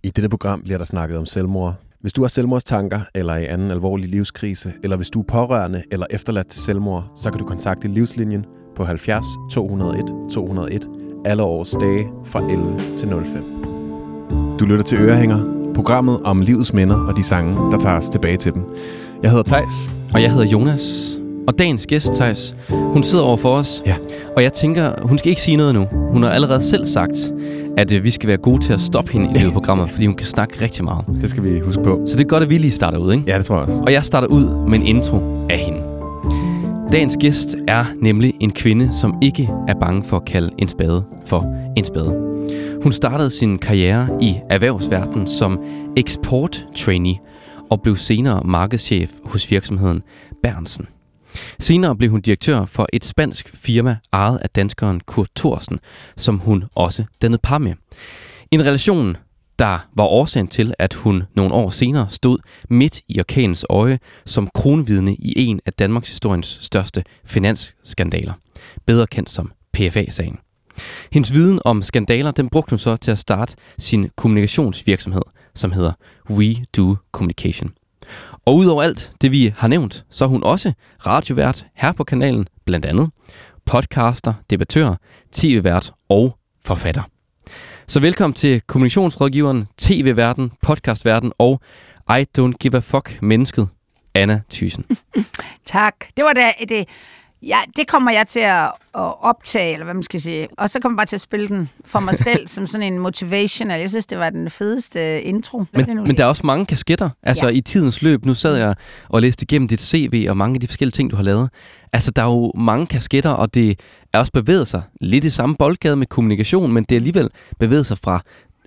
I dette program bliver der snakket om selvmord. Hvis du har selvmordstanker eller i anden alvorlig livskrise, eller hvis du er pårørende eller efterladt til selvmord, så kan du kontakte Livslinjen på 70 201 201 alle års dage fra 11 til 05. Du lytter til Ørehænger, programmet om livets minder og de sange, der tager os tilbage til dem. Jeg hedder Theis. Og jeg hedder Jonas. Og dagens gæst, Theis, hun sidder over for os. Ja. Og jeg tænker, hun skal ikke sige noget nu. Hun har allerede selv sagt, at vi skal være gode til at stoppe hende i løbet af programmet, fordi hun kan snakke rigtig meget. Det skal vi huske på. Så det er godt, at vi lige starter ud, ikke? Ja, det tror jeg også. Og jeg starter ud med en intro af hende. Dagens gæst er nemlig en kvinde, som ikke er bange for at kalde en spade for en spade. Hun startede sin karriere i erhvervsverdenen som eksport-trainee og blev senere markedschef hos virksomheden Berntsen. Senere blev hun direktør for et spansk firma ejet af danskeren Kurt Thorsen, som hun også dannede par med. En relation, der var årsagen til, at hun nogle år senere stod midt i orkanens øje som kronvidne i en af Danmarks historiens største finansskandaler, bedre kendt som PFA-sagen. Hendes viden om skandaler, den brugte hun så til at starte sin kommunikationsvirksomhed, som hedder We Do Communication. Og udover alt det, vi har nævnt, så er hun også radiovært her på kanalen, blandt andet podcaster, debattør, tv-vært og forfatter. Så velkommen til kommunikationsrådgiveren, tv-verden, podcastverden og I don't give a fuck mennesket, Anna Thyssen. Tak. Det var det. Ja, det kommer jeg til at optage, eller hvad man skal sige. Og så kommer jeg bare til at spille den for mig selv som sådan en motivation. Jeg synes, det var den fedeste intro. Men der er også mange kasketter. Altså i tidens løb, nu sad jeg og læste igennem dit CV og mange af de forskellige ting, du har lavet. Altså der er jo mange kasketter, og det er også bevæget sig lidt i samme boldgade med kommunikation, men det er alligevel bevæget sig fra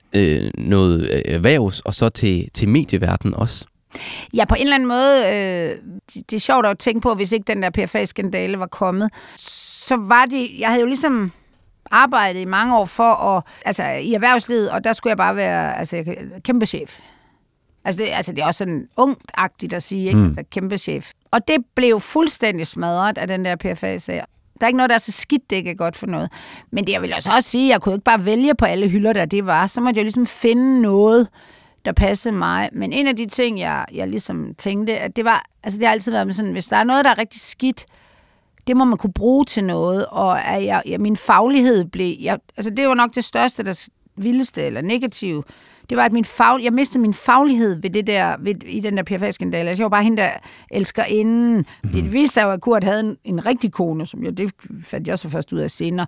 noget erhvervs og så til medieverdenen også. Ja, på en eller anden måde, det er sjovt at tænke på, hvis ikke den der PFA-skandale var kommet, så var det, jeg havde jo ligesom arbejdet i mange år for at, altså i erhvervslivet, og der skulle jeg bare være kæmpe chef. Altså det er også sådan ungagtigt at sige, ikke? Altså kæmpe chef. Og det blev fuldstændig smadret af den der PFA-sag. Der er ikke noget, der er så skidt, det ikke er godt for noget. Men det jeg vil også sige, jeg kunne ikke bare vælge på alle hylder, der det var. Så måtte jeg ligesom finde noget, der passede mig. Men en af de ting, jeg ligesom tænkte, at det var, altså det har altid været med sådan, hvis der er noget, der er rigtig skidt, det må man kunne bruge til noget, og at min faglighed blev, det var nok det største, der vildeste eller negative, det var, at jeg mistede min faglighed ved det der, i den der PFA-skandale. Altså, jeg var bare hende, der elsker inden. Det viste sig jo, at Kurt havde en rigtig kone, som det fandt jeg så først ud af senere.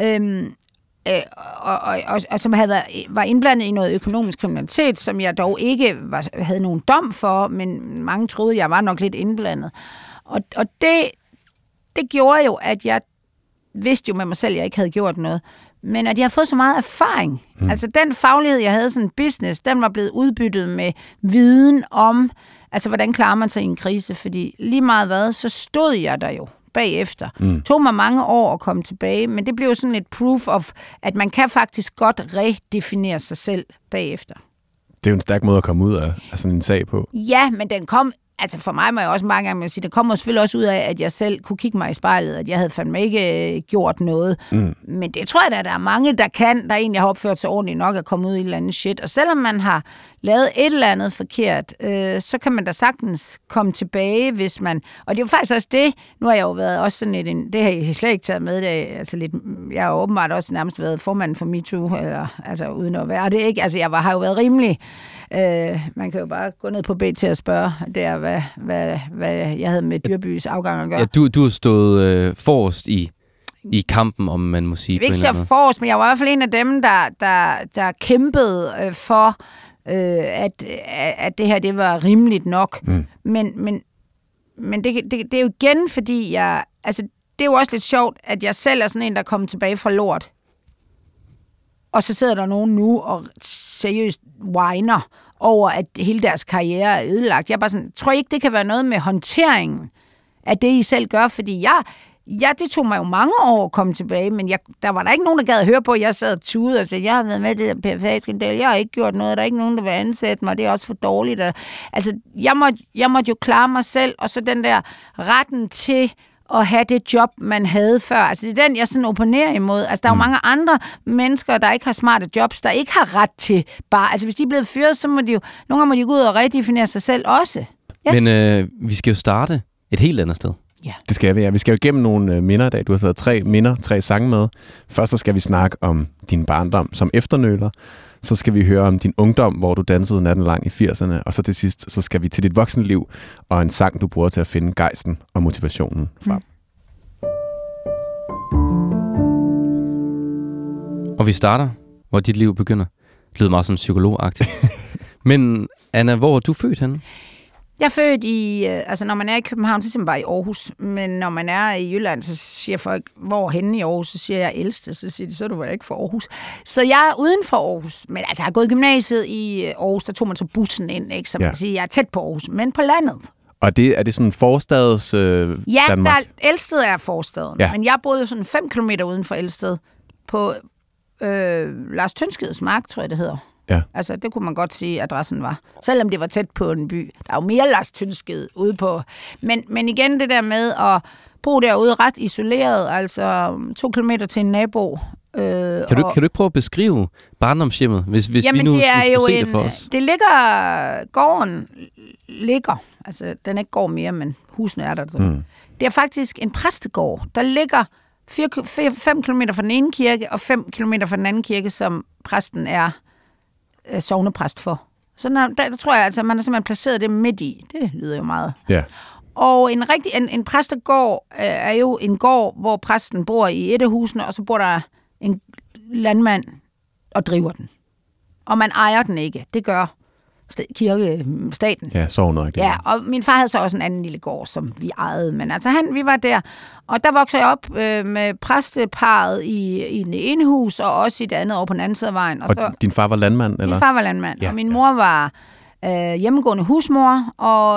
Og som var indblandet i noget økonomisk kriminalitet, som jeg dog ikke havde nogen dom for, men mange troede, jeg var nok lidt indblandet. Og det gjorde jo, at jeg vidste jo med mig selv, at jeg ikke havde gjort noget, men at jeg har fået så meget erfaring. Altså den faglighed, jeg havde sådan en business, den var blevet udbyttet med viden om, altså hvordan klarer man sig i en krise, fordi lige meget hvad, så stod jeg der jo bagefter. Det tog mig mange år at komme tilbage, men det blev sådan et proof of, at man kan faktisk godt redefinere sig selv bagefter. Det er jo en stærk måde at komme ud af sådan en sag på. Ja, men den kom, altså for mig må jeg også mange gange sige, den kommer selvfølgelig også ud af, at jeg selv kunne kigge mig i spejlet, at jeg havde fandme ikke gjort noget. Men det tror jeg da, der er mange, der egentlig har opført sig ordentligt nok at komme ud i et eller andet shit. Og selvom man har lavet et eller andet forkert, så kan man da sagtens komme tilbage, hvis man... Og det er jo faktisk også det, nu har jeg jo været også sådan lidt... Det har jeg slet ikke taget med, jeg har åbenbart også nærmest været formanden for MeToo, altså uden at være det, ikke? Altså jeg har jo været rimelig... man kan jo bare gå ned på BT og spørge, hvad jeg havde med Dyrbys afgang at gøre. Ja, du har stået forrest i kampen, om man må sige. Jeg vil ikke sige forrest, men jeg var i hvert fald en af dem, der kæmpede for, at det her det var rimeligt nok. Men det er jo igen, fordi det er jo også lidt sjovt, at jeg selv er sådan en, der kommer tilbage fra lort. Og så sidder der nogen nu og seriøst whiner over, at hele deres karriere er ødelagt. Jeg er bare sådan, tror ikke, det kan være noget med håndteringen af det, I selv gør? Fordi det tog mig jo mange år at komme tilbage, men der var der ikke nogen, der gad at høre på, at jeg sad og tudede og sagde, jeg har været med i det der PFA-skandale, jeg har ikke gjort noget, der er ikke nogen, der vil ansætte mig, det er også for dårligt. Altså, jeg måtte jo klare mig selv, og så den der retten til at have det job, man havde før. Altså, det er den, jeg sådan opponerer imod. Altså, der er jo mange andre mennesker, der ikke har smarte jobs, der ikke har ret til bare... Altså, hvis de er blevet fyret, så må de jo... Nogle gange må de gå ud og redefinere sig selv også. Yes. Men vi skal jo starte et helt andet sted. Ja. Det skal vi, ja. Vi skal jo igennem nogle minder i dag. Du har taget 3 sange med. Først så skal vi snakke om din barndom som efternøler. Så skal vi høre om din ungdom, hvor du dansede natten lang i 80'erne. Og så til sidst, så skal vi til dit voksenliv og en sang, du bruger til at finde gejsten og motivationen frem. Og vi starter, hvor dit liv begynder. Det lyder meget sådan psykologagtigt. Men Anna, hvor er du født henne? Jeg er født i, altså når man er i København, så siger man bare i Aarhus. Men når man er i Jylland, så siger folk, hvor henne i Aarhus? Så siger jeg ældste, så siger de, så er du vel ikke fra Aarhus. Så jeg er uden for Aarhus. Men altså, jeg har gået i gymnasiet i Aarhus, der tog man så bussen ind, ikke? Så man kan sige, jeg er tæt på Aarhus, men på landet. Og er det sådan forstads Danmark? Ja, Elsted er forstaden. Ja. Men jeg boede jo sådan 5 kilometer uden for Elsted på Lars Tønskeds mark, tror jeg det hedder. Ja. Altså, det kunne man godt sige, adressen var. Selvom det var tæt på en by. Der er jo mere Lars Tønsked ude på. Men igen det der med at bo derude ret isoleret, altså 2 kilometer til en nabo. Kan du ikke prøve at beskrive barndomshjemmet, hvis vi nu skulle se det for os? Det ligger, gården ligger, altså den er ikke gård mere, men husene er der. Det er faktisk en præstegård, der ligger 5 kilometer fra den ene kirke, og 5 kilometer fra den anden kirke, som præsten er sognepræst for. Så der tror jeg, altså, man har simpelthen placeret det midt i. Det lyder jo meget. Ja. Og en præstegård er jo en gård, hvor præsten bor i et af husene, og så bor der en landmand og driver den. Og man ejer den ikke. Det gør staten. Ja, sognet. Ja, og min far havde så også en anden lille gård, som vi ejede. Men altså, vi var der. Og der voksede jeg op med præsteparret i det ene hus, og også i det andet over på den anden side af vejen. Og så, din far var landmand, eller? Min far var landmand, ja, og min mor var hjemmegående husmor,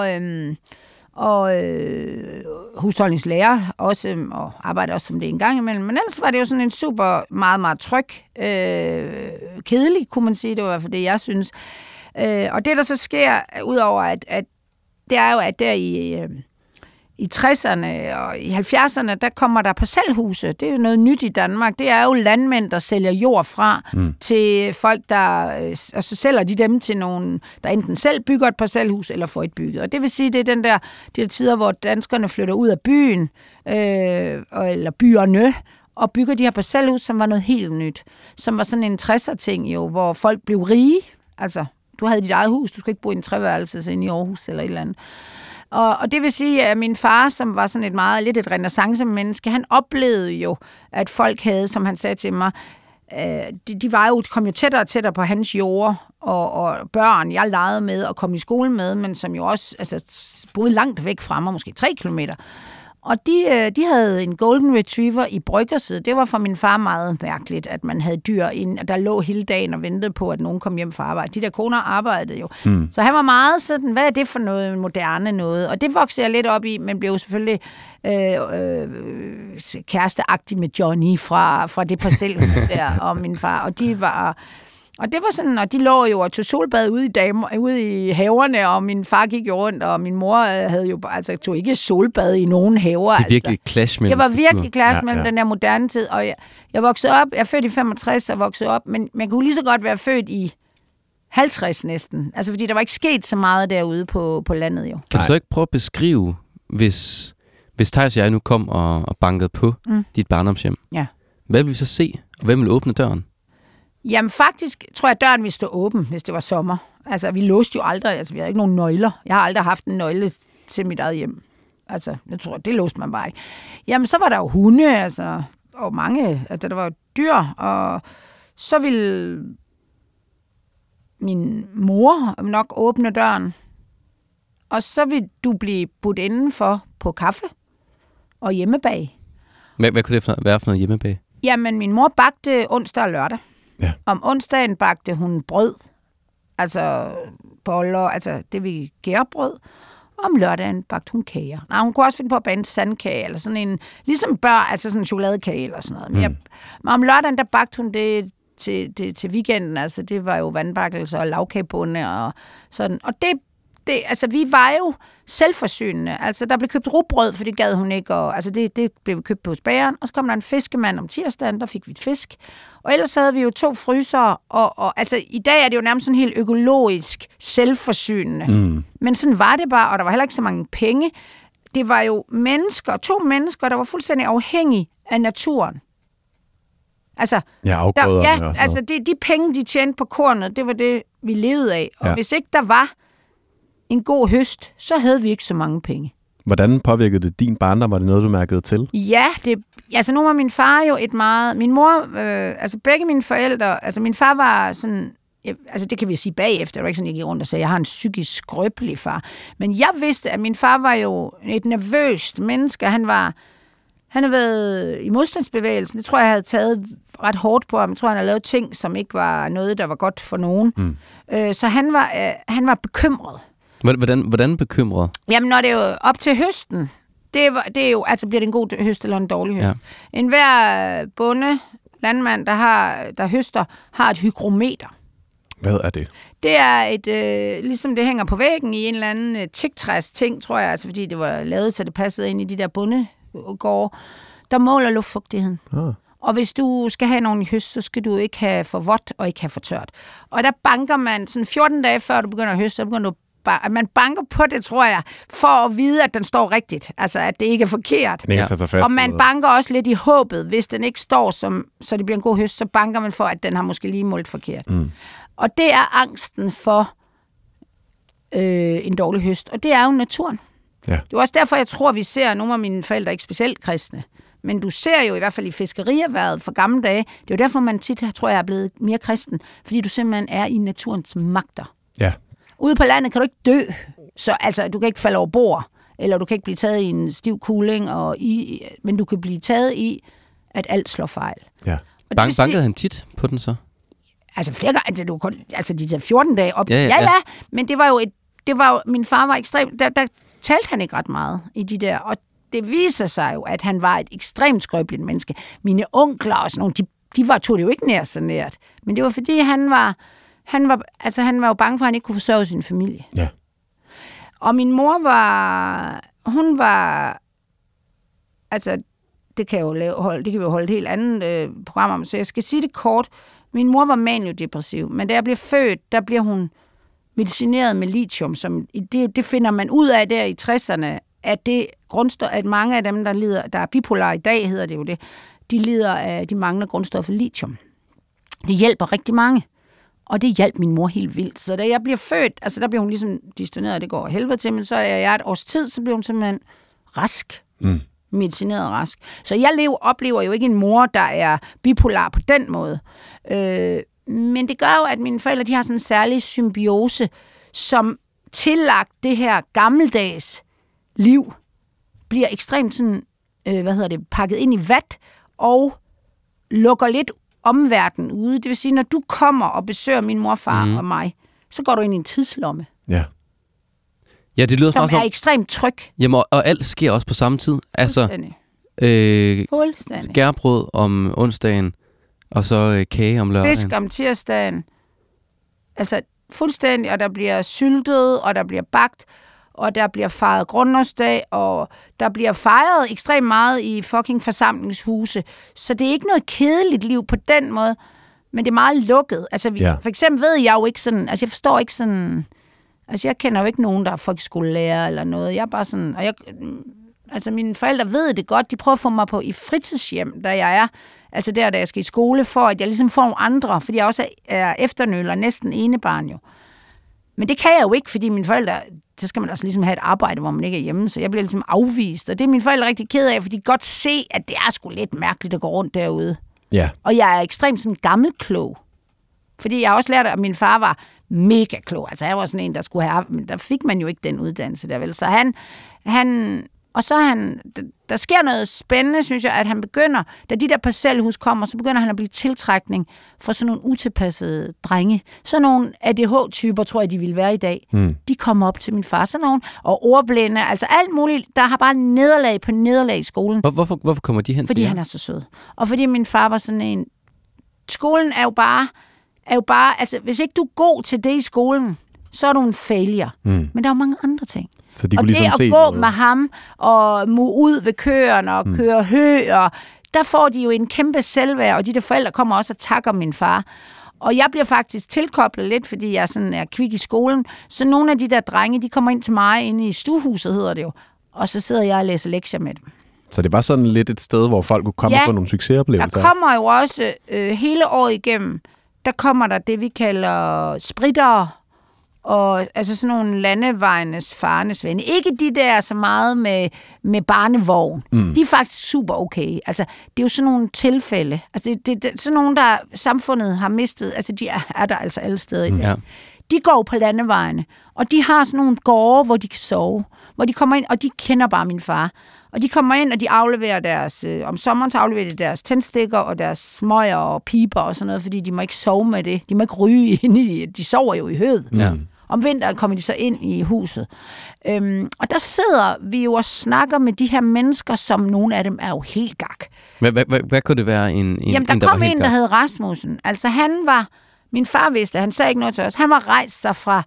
og husholdningslærer også, og arbejdede også som det en gang imellem. Men ellers var det jo sådan en super, meget, meget tryg, kedelig, kunne man sige. Det var i hvert fald det, jeg synes. Og det, der så sker, udover at det er jo, at der i 60'erne og i 70'erne, der kommer der parcelhuse. Det er jo noget nyt i Danmark. Det er jo landmænd, der sælger jord fra til folk, og så sælger de dem til nogen, der enten selv bygger et parcelhus eller får et bygget. Og det vil sige, det er de der tider, hvor danskerne flytter ud af byen, eller byerne, og bygger de her parcelhus, som var noget helt nyt. Som var sådan en 60'er-ting jo, hvor folk blev rige. Altså, du havde dit eget hus, du skulle ikke bo i en treværelse inde i Aarhus eller et eller andet. Og det vil sige, at min far, som var sådan lidt et renæssance-menneske, han oplevede jo, at folk havde, som han sagde til mig, kom jo tættere og tættere på hans jord, og børn, jeg legede med og kom i skole med, men som jo også boede langt væk fra mig, måske 3 kilometer. Og de havde en golden retriever i bryggerset. Det var for min far meget mærkeligt, at man havde dyr inde, der lå hele dagen og ventede på, at nogen kom hjem fra arbejde. De der koner arbejdede jo. Så han var meget sådan, hvad er det for noget moderne noget? Og det voksede jeg lidt op i, men blev selvfølgelig kæresteagtig med Johnny fra det parcelhus der, og min far. Og det var sådan, og de lå jo og tog solbad ude i haverne, og min far gik jo rundt, og min mor havde jo tog ikke solbad i nogen haver. Det er virkelig clash mellem. Det var virkelig clash mellem den der moderne tid, og jeg voksede op, jeg er født i 65 og voksede op, men man kunne lige så godt være født i 50 næsten. Altså fordi der var ikke sket så meget derude på landet jo. Kan du så ikke prøve at beskrive, hvis Thijs og jeg nu kom og bankede på dit barndomshjem? Ja. Hvad vil vi så se, og hvem vil åbne døren? Jamen faktisk tror jeg, at døren ville stå åben, hvis det var sommer. Altså, vi låste jo aldrig. Altså, vi havde ikke nogen nøgler. Jeg har aldrig haft en nøgle til mit eget hjem. Altså, jeg tror, det låste man bare ikke. Jamen, så var der jo hunde, og mange. Altså, der var jo dyr, og så ville min mor nok åbne døren. Og så vil du blive budt indenfor på kaffe og hjemmebag. Hvad kunne det være for noget hjemmebag? Jamen, min mor bagte onsdag og lørdag. Ja. Om onsdagen bagte hun brød, altså boller, altså det vi gærbrød. Om lørdagen bagte hun kager. Nej, hun kunne også finde på at bage en sandkage, eller sådan en, ligesom altså sådan en chokoladekage eller sådan noget. Men om lørdagen, der bagte hun det til weekenden, altså det var jo vandbakkelser og lavkagebunde og sådan. Og det vi var jo selvforsynende. Altså, der blev købt rugbrød, for det gad hun ikke, og altså, det blev købt på bageren. Og så kom der en fiskemand om tirsdagen, der fik vi et fisk. Og ellers havde vi jo 2 frysere, og altså, i dag er det jo nærmest sådan helt økologisk selvforsynende. Men sådan var det bare, og der var heller ikke så mange penge. Det var jo 2 mennesker, der var fuldstændig afhængige af naturen. Altså, afgrøderne de penge, de tjente på kornet, det var det, vi levede af. Og hvis ikke der var en god høst, så havde vi ikke så mange penge. Hvordan påvirkede det din barndom? Var det noget, du mærkede til? Ja, nu var min far jo min mor, begge mine forældre, altså min far var sådan, det kan vi sige bagefter, det var ikke sådan, jeg gik rundt og sagde, jeg har en psykisk skrøbelig far. Men jeg vidste, at min far var jo et nervøst menneske. Han havde været i modstandsbevægelsen. Det tror jeg havde taget ret hårdt på ham. Jeg tror, han havde lavet ting, som ikke var noget, der var godt for nogen. Så han var bekymret. Hvordan bekymret? Jamen, når det er jo op til høsten, det er jo, altså bliver det en god høst eller en dårlig høst. Ja. Enhver bonde, landmand, der høster, har et hygrometer. Hvad er det? Det er ligesom det hænger på væggen i en eller anden teaktræs-ting, tror jeg, altså fordi det var lavet, så det passede ind i de der bondegårde, der måler luftfugtigheden. Og hvis du skal have en ordentlig høst, så skal du ikke have for vådt og ikke have for tørt. Og der banker man sådan 14 dage før du begynder at høste, så begynder du man banker på det, tror jeg, for at vide, at den står rigtigt. Altså, at det ikke er forkert. Og man banker også lidt i håbet. Hvis den ikke står, så det bliver en god høst, så banker man for, at den har måske lige målt forkert. Og det er angsten for en dårlig høst. Og det er jo naturen. Ja. Det er også derfor, jeg tror, vi ser, nogle af mine forældre ikke specielt kristne, men du ser jo i hvert fald i fiskerierhvervet for gamle dage, det er jo derfor, man tit, tror jeg, er blevet mere kristen, fordi du simpelthen er i naturens magter. Ja. Ude på landet kan du ikke dø, så altså, du kan ikke falde over bord, eller du kan ikke blive taget i en stiv kuling, men du kan blive taget i, at alt slår fejl. Ja. Bankede han tit på den så? Altså flere gange, altså de tager 14 dage op. Ja, men det var jo min far var ekstremt, der talte han ikke ret meget i de der, og det viser sig jo, at han var et ekstremt skrøbeligt menneske. Mine onkler og sådan nogle, de tog det jo ikke nær så nært, men det var fordi han var jo bange for, at han ikke kunne forsørge sin familie. Ja. Og min mor hun var, altså, det kan vi jo holde et helt andet program om, så jeg skal sige det kort. Min mor var maniodepressiv, men da jeg blev født, der bliver hun medicineret med lithium, som det finder man ud af der i 60'erne, at mange af dem, der er bipolar i dag, hedder det jo det, de lider af de manglende grundstoffer lithium. Det hjælper rigtig mange. Og det hjalp min mor helt vildt. Så da jeg bliver født, altså der bliver hun ligesom distoneret, det går helvede til, men så er jeg et års tid, så bliver hun simpelthen rask. Medicineret rask. Så jeg oplever jo ikke en mor, der er bipolar på den måde. Men det gør jo, at mine forældre, de har sådan en særlig symbiose, som tillagt det her gammeldags liv, bliver ekstremt sådan, pakket ind i vat, og lukker lidt omverdenen ude. Det vil sige, når du kommer og besøger min morfar og mig, så går du ind i en tidslomme. Ja. Ja, det lyder som er ekstremt tryg. Jamen, og alt sker også på samme tid. Altså, fuldstændig. Gærbrød om onsdagen, og så kage om lørdagen. Fisk om tirsdagen. Altså, fuldstændig, og der bliver syltet, og der bliver bagt, og der bliver fejret grundlovsdag, og der bliver fejret ekstremt meget i fucking forsamlingshuse. Så det er ikke noget kedeligt liv på den måde, men det er meget lukket. Altså, for eksempel ved jeg jo ikke sådan, altså jeg forstår ikke sådan, altså jeg kender jo ikke nogen, der er folkeskolelærer eller noget. Jeg er bare sådan, og mine forældre ved det godt, de prøver at få mig på i fritidshjem, da jeg er, altså da jeg skal i skole, for at jeg ligesom får nogle andre, fordi jeg også er efternøler, næsten enebarn jo. Men det kan jeg jo ikke, fordi mine forældre, så skal man altså ligesom have et arbejde, hvor man ikke er hjemme, så jeg bliver ligesom afvist. Og det er mine forældre rigtig ked af, fordi de godt se, at det er sgu lidt mærkeligt at gå rundt derude. Ja. Og jeg er ekstremt sådan gammelklog. Fordi jeg har også lært, at min far var mega klog. Altså han var sådan en, der skulle have, men der fik man jo ikke den uddannelse der vel. Så der sker noget spændende, synes jeg, at han begynder, da de der parcelhus kommer, så begynder han at blive tiltrækning for sådan nogle utilpassede drenge. Sådan nogle ADH-typer, tror jeg, de ville være i dag. De kommer op til min far, sådan nogle, og ordblinde, altså alt muligt, der har bare nederlag på nederlag i skolen. Hvorfor kommer de hen? Fordi han er så sød. Og fordi min far var sådan en, skolen er jo bare, altså hvis ikke du er god til det i skolen, så er du en failure. Men der er jo mange andre ting. Så de og kunne det ligesom at gå med ham og må ud ved køerne og køre hø, og der får de jo en kæmpe selvværd, og de der forældre kommer også og takker min far. Og jeg bliver faktisk tilkoblet lidt, fordi jeg sådan er kvik i skolen. Så nogle af de der drenge, de kommer ind til mig inde i stuehuset, hedder det jo. Og så sidder jeg og læser lektier med dem. Så det var sådan lidt et sted, hvor folk kunne komme og få nogle succesoplevelser? Der kommer jo også hele året igennem, der kommer der det, vi kalder spritter, og altså sådan nogle landevejenes farenes venne. Ikke de der så meget med barnevogn. De er faktisk super okay. Altså, det er jo sådan nogle tilfælde. Altså, det er sådan nogle, der samfundet har mistet. Altså, de er der altså alle steder i dag. De går på landevejene, og de har sådan nogle gårde, hvor de kan sove. Hvor de kommer ind, og de kender bare min far. Og de kommer ind, og de afleverer deres... om sommeren så afleverer de deres tændstikker og deres smøger og piber og sådan noget, fordi de må ikke sove med det. De må ikke ryge ind i... De sover jo i høet. Ja. Om vinteren kommer de så ind i huset. Og der sidder vi jo og snakker med de her mennesker, som nogle af dem er jo helt gak. Hvad kunne det være Jamen, der kom en, der hed Rasmussen. Altså, han var... Min far vidste, han sagde ikke noget til os. Han var rejst sig fra...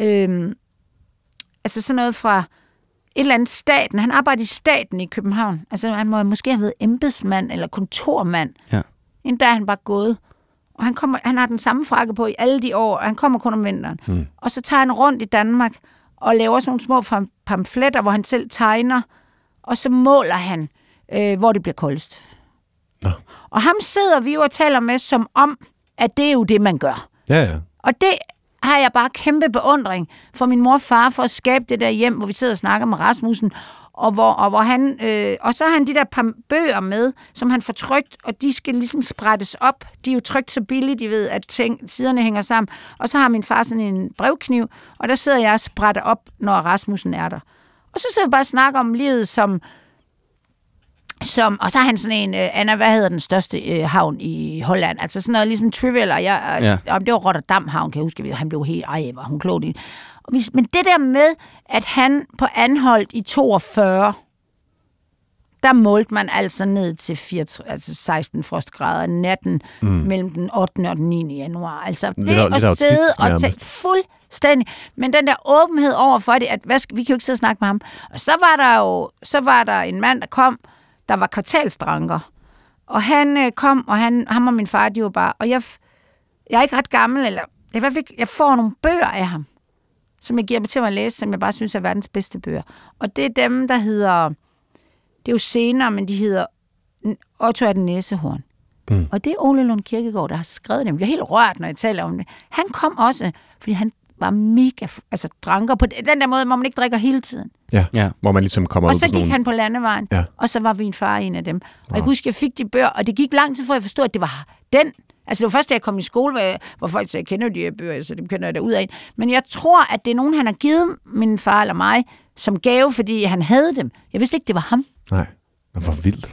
altså sådan noget fra... et eller andet staten. Han arbejdede i staten i København. Altså, han må måske have været embedsmand eller kontormand. Ja. Inden der er han bare gået. Og han har den samme frakke på i alle de år, og han kommer kun om vinteren. Og så tager han rundt i Danmark og laver sådan nogle små pamfletter, hvor han selv tegner, og så måler han, hvor det bliver koldest. Ja. Og ham sidder vi jo og taler med, som om, at det er jo det, man gør. Ja. Og det har jeg bare kæmpe beundring for min mor og far, for at skabe det der hjem, hvor vi sidder og snakker med Rasmussen, og hvor han, og så har han de der bøger med, som han får trykt, og de skal ligesom sprettes op. De er jo trykt så billigt, de ved, at siderne hænger sammen. Og så har min far sådan en brevkniv, og der sidder jeg og spretter op, når Rasmussen er der. Og så sidder vi bare og snakker om livet som og så har han sådan en, Anna, hvad hedder den største havn i Holland? Altså sådan noget ligesom trivial, og det var Rotterdam havn, kan jeg huske, han blev helt, var hun klogt i. Men det der med, at han på Anholt i 42, der målte man altså ned til 16 frostgrader natten mellem den 8. og den 9. januar. Altså det at sidde og tage fuldstændig. Men den der åbenhed over for det, at vi kan jo ikke sidde og snakke med ham. Og så var der en mand, der kom, der var kvartalsdranker. Og han kom, og ham og min far, de var bare... Og jeg er ikke ret gammel, eller jeg får nogle bøger af ham, som jeg giver mig til at læse, som jeg bare synes er verdens bedste bøger. Og det er dem, der hedder... Det er jo senere, men de hedder Otto af den Næsehorn. Og det er Ole Lund Kirkegaard, der har skrevet dem. Jeg bliver helt rørt, når jeg taler om det. Han kom også, fordi han var mega dranker på den der måde, hvor man ikke drikker hele tiden. Ja. Hvor man ligesom kommer ud på sådan nogle... Og så gik han på landevejen, og så var min far en af dem. Og jeg husker, jeg fik de bøger, og det gik lang tid, før jeg forstod, at det var den. Altså det var først, da jeg kom i skole, hvor folk sagde, jeg kender de her bøger, så dem kender jeg derud af. Men jeg tror, at det er nogen, han har givet min far eller mig, som gave, fordi han havde dem. Jeg vidste ikke, det var ham. Nej, det var vildt.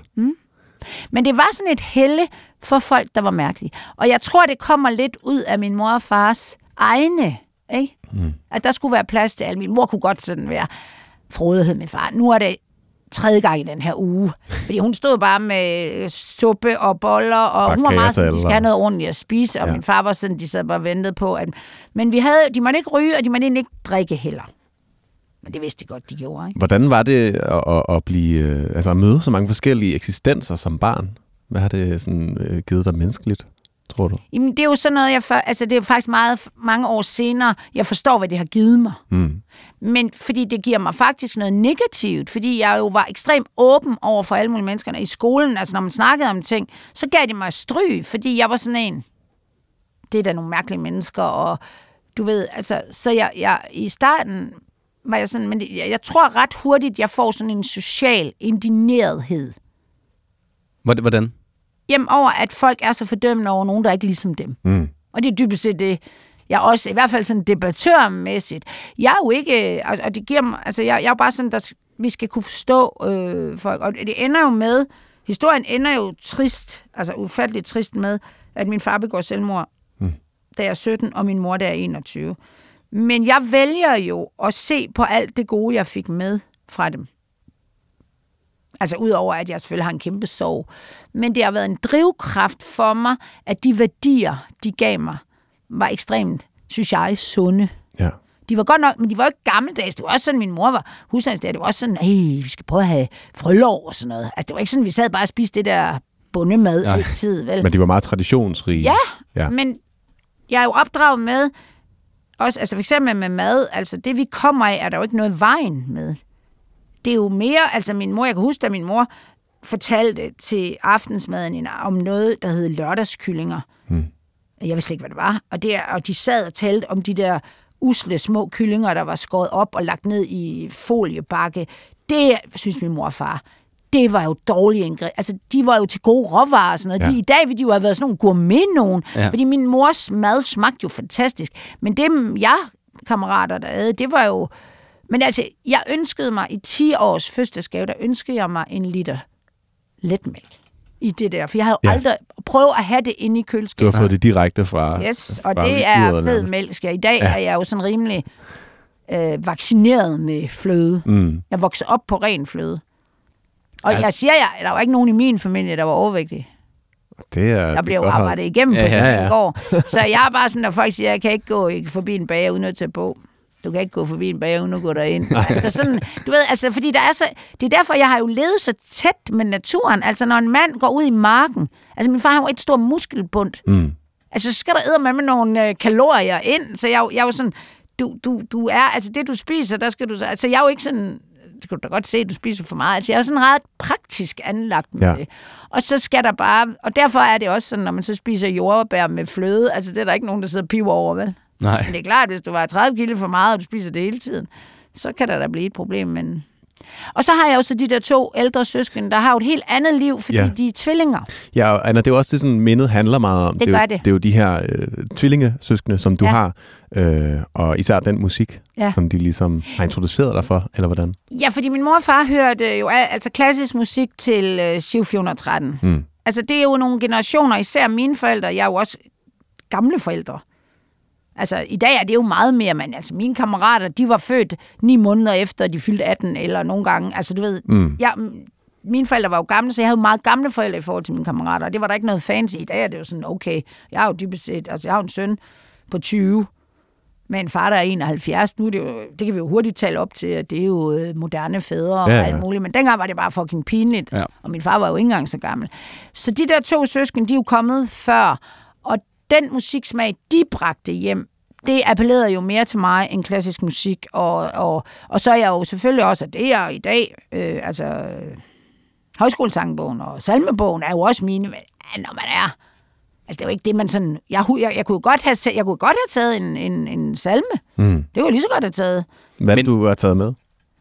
Men det var sådan et helle for folk, der var mærkelige. Og jeg tror, det kommer lidt ud af min mor og fars egne, ikke? At der skulle være plads til alt. Min mor kunne godt sådan være frodighed med far. Nu er det 3. gang i den her uge. Fordi hun stod bare med suppe og boller, og hun var meget sådan, de skal have noget ordentligt at spise, og min far var sådan, de sad bare og ventede på. At, men de måtte ikke ryge, og de måtte egentlig ikke drikke heller. Men det vidste de godt, de gjorde, ikke? Hvordan var det at blive, at møde så mange forskellige eksistenser som barn? Hvad har det sådan givet dig menneskeligt, tror du? Jamen, det er jo sådan noget, det er faktisk mange år senere, jeg forstår, hvad det har givet mig. Men fordi det giver mig faktisk noget negativt, fordi jeg jo var ekstremt åben over for alle mulige mennesker i skolen. Altså, når man snakkede om ting, så gav det mig stryg, fordi jeg var sådan en, det er da nogle mærkelige mennesker, og du ved, altså, så jeg i starten var jeg sådan, men jeg tror ret hurtigt, jeg får sådan en social indignethed. Hvordan? Jamen over, at folk er så fordømmende over nogen, der er ikke ligesom dem. Og det er dybest set det, jeg også, i hvert fald sådan debattørmæssigt. Jeg er jo ikke, og det giver mig, altså jeg er jo bare sådan, vi skal kunne forstå folk. Og det ender jo med, historien ender jo trist, altså ufatteligt trist med, at min far begår selvmord, da jeg er 17, og min mor, da jeg er 21. Men jeg vælger jo at se på alt det gode, jeg fik med fra dem. Altså udover, at jeg selvfølgelig har en kæmpe sorg. Men det har været en drivkraft for mig, at de værdier, de gav mig, var ekstremt, synes jeg, sunde. Ja. De var godt nok, men de var jo ikke gammeldags. Det var også sådan, min mor var husstandsdatter. Det var også sådan, vi skal prøve at have frølov og sådan noget. Altså, det var ikke sådan, vi sad bare og spiste det der bondemad altid, vel? Men de var meget traditionsrige. Ja, men jeg er jo opdraget med, også, altså for eksempel med mad, altså det vi kommer af, er der jo ikke noget vejen med. Det er jo mere, altså min mor, jeg kan huske, at min mor fortalte til aftensmaden om noget, der hed lørdagskyllinger. Jeg vidste ikke, hvad det var. Og de sad og talte om de der usle små kyllinger, der var skåret op og lagt ned i foliebakke. Det, synes min mor og far, det var jo dårlige ingredienser. Altså, de var jo til gode råvarer og sådan noget. I dag ville de jo have været sådan nogle gourmet-nogen, fordi min mors mad smagte jo fantastisk. Men dem, kammerater, der havde, det var jo... Men altså, jeg ønskede mig i 10 års fødselsdagsgave, der ønskede jeg mig en liter letmælk i det der. For jeg havde aldrig prøvet at have det inde i køleskabet. Du har fået det direkte fra... Yes, og det er fed mælk. I dag er jeg jo sådan rimelig vaccineret med fløde. Jeg voksede op på ren fløde. Og jeg siger der var ikke nogen i min familie, der var overvægtig. Der blev jo arbejdet igennem på sådan en gård. Så jeg er bare sådan, når folk siger, jeg kan ikke gå forbi en bager uden at tage på. Du kan ikke gå forbi en bager uden at gå derind. Altså sådan, du ved, altså, fordi det er derfor, jeg har jo levet så tæt med naturen. Altså, når en mand går ud i marken, altså min far har jo et stort muskelbund. Altså, så skal der eddermame med nogle kalorier ind. Så jeg er jo sådan, du er, altså det du spiser, der skal du, altså jeg er jo ikke sådan, det kan du da godt se, at du spiser for meget. Altså, jeg er sådan ret praktisk anlagt med det. Og så skal der bare, og derfor er det også sådan, når man så spiser jordbær med fløde, altså det er der ikke nogen, der sidder og piver over, vel? Nej. Men det er klart, at hvis du var 30 kilo for meget, og du spiser det hele tiden, så kan der da blive et problem. Men... Og så har jeg jo så de der 2 ældre søskende, der har jo et helt andet liv, fordi de er tvillinger. Ja, og Anna, det er jo også det, sådan mindet handler meget om. Det er jo de her tvillingesøskende, som du har, og især den musik, som de ligesom har introduceret dig for, eller hvordan? Ja, fordi min mor og far hørte jo altså klassisk musik til Siv 413. Altså det er jo nogle generationer, især mine forældre, jeg er jo også gamle forældre. Altså, i dag er det jo meget mere, men altså, mine kammerater, de var født 9 måneder efter, de fyldte 18, eller nogle gange. Altså, du ved, mine forældre var jo gamle, så jeg havde jo meget gamle forældre i forhold til mine kammerater, og det var der ikke noget fancy. I dag er det jo sådan, okay, jeg har jo dybest set, altså, jeg har en søn på 20, med en far, der er 71. Nu er det jo, det kan vi jo hurtigt tale op til, at det er jo moderne fædre og alt muligt, men dengang var det bare fucking pinligt, og min far var jo ikke engang så gammel. Så de der 2 søskende, de er jo kommet før, og den musiksmag, de bragte hjem, det appellerede jo mere til mig end klassisk musik, og så er jeg jo selvfølgelig også, at det er i dag, højskolesangbogen og salmebogen er jo også mine, når man er, altså det er jo ikke det, man sådan, jeg kunne godt have taget en salme, det kunne jeg lige så godt have taget. Hvad du har taget med?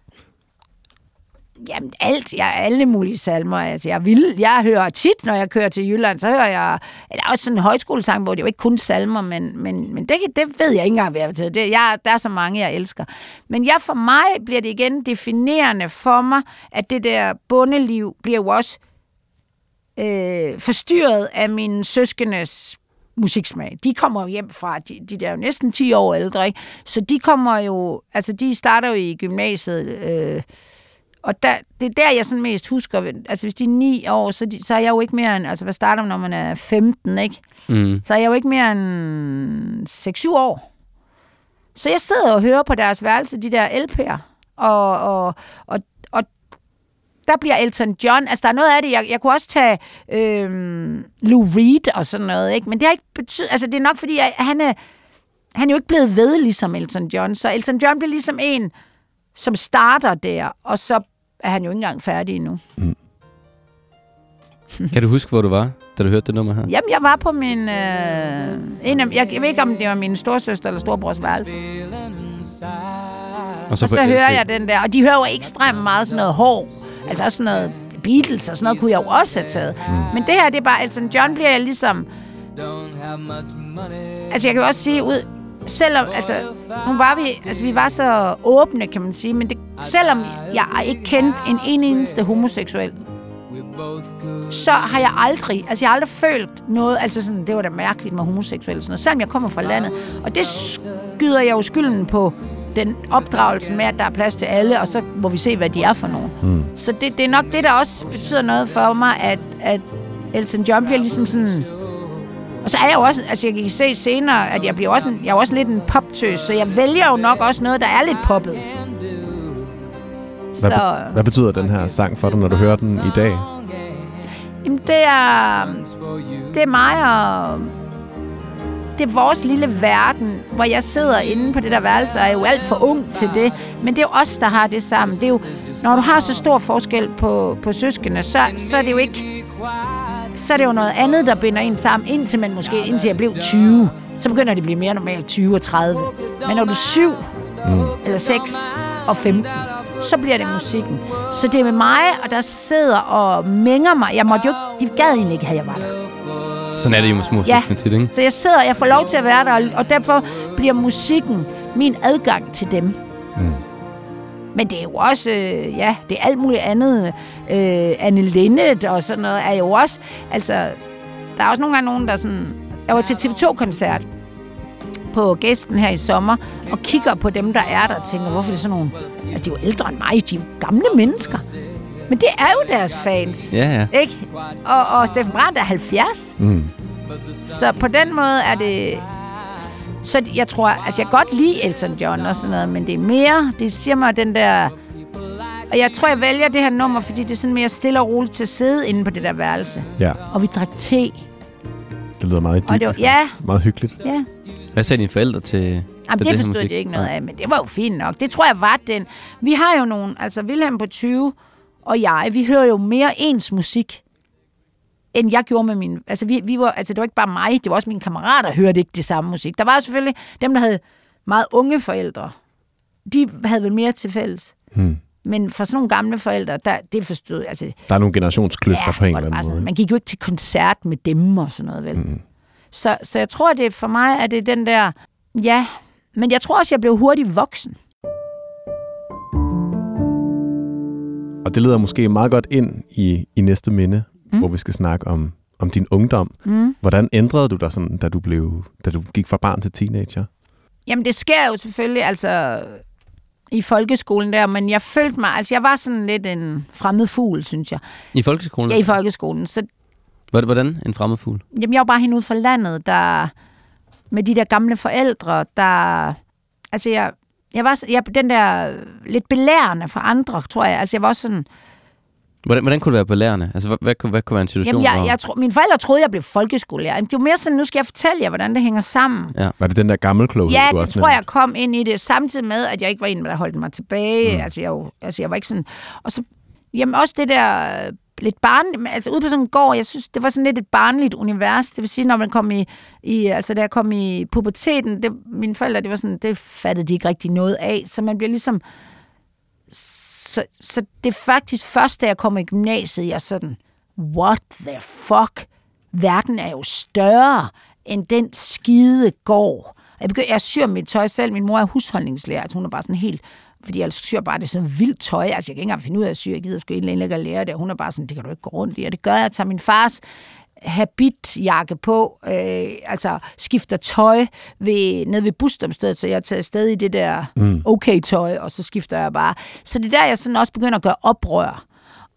Jamen alle mulige salmer. Altså, jeg hører tit, når jeg kører til Jylland, så hører jeg, der er også sådan en højskolesang, hvor det jo ikke kun salmer, men det ved jeg ikke engang, hvad jeg vil tage. Der er så mange, jeg elsker. Men for mig bliver det igen definerende for mig, at det der bondeliv bliver jo også forstyrret af mine søskendes musiksmag. De kommer jo hjem fra, de der er jo næsten 10 år ældre, ikke? Så de kommer jo, altså de starter jo i gymnasiet, og det er der, jeg sådan mest husker, altså hvis de er 9 år, så er jeg jo ikke mere end, altså hvad starter man, når man er 15, ikke? Så er jeg jo ikke mere end 6-7 år. Så jeg sidder og hører på deres værelse, de der LP'er, og der bliver Elton John, altså der er noget af det, jeg kunne også tage Lou Reed og sådan noget, ikke? Men det har ikke betydet, altså det er nok fordi, han er jo ikke blevet ved ligesom Elton John, så Elton John bliver ligesom en, som starter der, og så er han jo ikke engang færdig endnu. Kan du huske, hvor du var, da du hørte det nummer her? Jamen, jeg var på min... jeg ved ikke, om det var min storsøster eller storbrors værelse. Og så hører jeg den der, og de hører jo ekstremt meget sådan noget hår. Altså også sådan noget Beatles og sådan noget kunne jeg jo også have taget. Men det her, det er bare... Elton John bliver jeg ligesom... Altså, jeg kan jo også sige ud... Selvom, altså, nu var vi var så åbne, kan man sige, men selvom jeg ikke kendte en eneste homoseksuel, så har jeg aldrig følt noget, altså sådan, det var da mærkeligt med homoseksuelle, sådan noget, selvom jeg kommer fra landet. Og det skyder jeg jo skylden på den opdragelse med, at der er plads til alle, og så må vi se, hvad de er for nogen. Så det er nok det, der også betyder noget for mig, at Elton John bliver ligesom sådan... Og så er jeg jo også, altså jeg kan se senere, at jeg er også lidt en poptøs, så jeg vælger jo nok også noget, der er lidt poppet. Hvad betyder den her sang for dig, når du hører den i dag? Jamen, det er mig og... Det er vores lille verden, hvor jeg sidder inde på det der værelse, og er jo alt for ung til det. Men det er jo os, der har det sammen. Det er jo, når du har så stor forskel på søskende, så er det jo ikke... Så er det jo noget andet, der binder en sammen, indtil jeg blev 20. Så begynder det at blive mere normalt 20 og 30. Men når du er 7, eller 6 og 15, så bliver det musikken. Så det er med mig, og der sidder og mænger mig. Jeg måtte jo ikke... De gad egentlig ikke, at jeg var der. Sådan er det jo med små søskende tit, ikke? Så jeg sidder, jeg får lov til at være der, og derfor bliver musikken min adgang til dem. Men det er jo også, det er alt muligt andet. Anne Linnet og sådan noget er jo også, altså, der er også nogle gange nogen, der sådan... Jeg var til TV2-koncert på Gæsten her i sommer, og kigger på dem, der er der, og tænker, hvorfor er det sådan nogle... Altså, de er jo ældre end mig, de er jo gamle mennesker. Men det er jo deres fans. Ja. Ikke? Og Steffen Brandt er 70. Så på den måde er det... Så jeg tror, altså jeg kan godt lide Elton John og sådan noget, men det er mere, det siger mig den der... Og jeg tror, jeg vælger det her nummer, fordi det er sådan mere stille og roligt til at sidde inde på det der værelse. Ja. Og vi drak te. Det lyder meget dybt. Meget hyggeligt. Ja. Hvad sagde dine forældre til det forstod jeg ikke noget af, men det var jo fint nok. Det tror jeg var den. Vi har jo nogle, altså Wilhelm på 20 og jeg, vi hører jo mere ens musik, end jeg gjorde med min... Altså, vi var, altså det var ikke bare mig, det var også mine kammerater, der hørte ikke det samme musik. Der var selvfølgelig dem, der havde meget unge forældre. De havde vel mere til fælles. Men for sådan nogle gamle forældre, det forstod... Altså, der er nogle generationskløfter på en eller anden måde. Man gik jo ikke til koncert med dem og sådan noget, vel? Så jeg tror, at det for mig er det den der... Ja, men jeg tror også, jeg blev hurtigt voksen. Og det leder måske meget godt ind i næste minde, hvor vi skal snakke om din ungdom. Hvordan ændrede du dig sådan, da du gik fra barn til teenager? Jamen, det sker jo selvfølgelig altså i folkeskolen der, men jeg følte mig... Altså, jeg var sådan lidt en fremmed fugl, synes jeg. I folkeskolen? Ja, i folkeskolen. Så, hvordan en fremmed fugl? Jamen, jeg var bare hende ude fra landet, der... Med de der gamle forældre, der... Altså, jeg var den der lidt belærende for andre, tror jeg. Altså, jeg var også sådan... Hvordan kunne det være belærende? Altså, hvad kunne være en situation? Jamen, mine forældre troede, jeg blev folkeskolelærer. Det var mere sådan, nu skal jeg fortælle jer, hvordan det hænger sammen. Ja. Var det den der gammelkloghed, du også også tror jeg kom ind i det, samtidig med, at jeg ikke var en, der holdt mig tilbage. Altså, jeg var ikke sådan... Og så, jamen, også det der lidt altså ude på sådan en gård, jeg synes, det var sådan lidt et barnligt univers. Det vil sige, når man kom da jeg kom i puberteten, mine forældre, det var sådan, det fattede de ikke rigtig noget af. Så man bliver ligesom... Så det er faktisk først, da jeg kom i gymnasiet, jeg sådan, what the fuck? Verden er jo større end den skide gård. Jeg syr mit tøj selv. Min mor er husholdningslærer, altså hun er bare sådan helt... Fordi jeg syr bare det sådan vildt tøj. Altså jeg kan ikke engang finde ud af at sy. Jeg gider sgu egentlig ikke at lære det. Hun er bare sådan, det kan du ikke gå rundt i. Og det gør jeg. Tager min fars habitjakke på, altså skifter tøj nede ved busstoppestedet, så jeg er taget afsted i det der okay tøj, og så skifter jeg bare. Så det er der, jeg sådan også begynder at gøre oprør.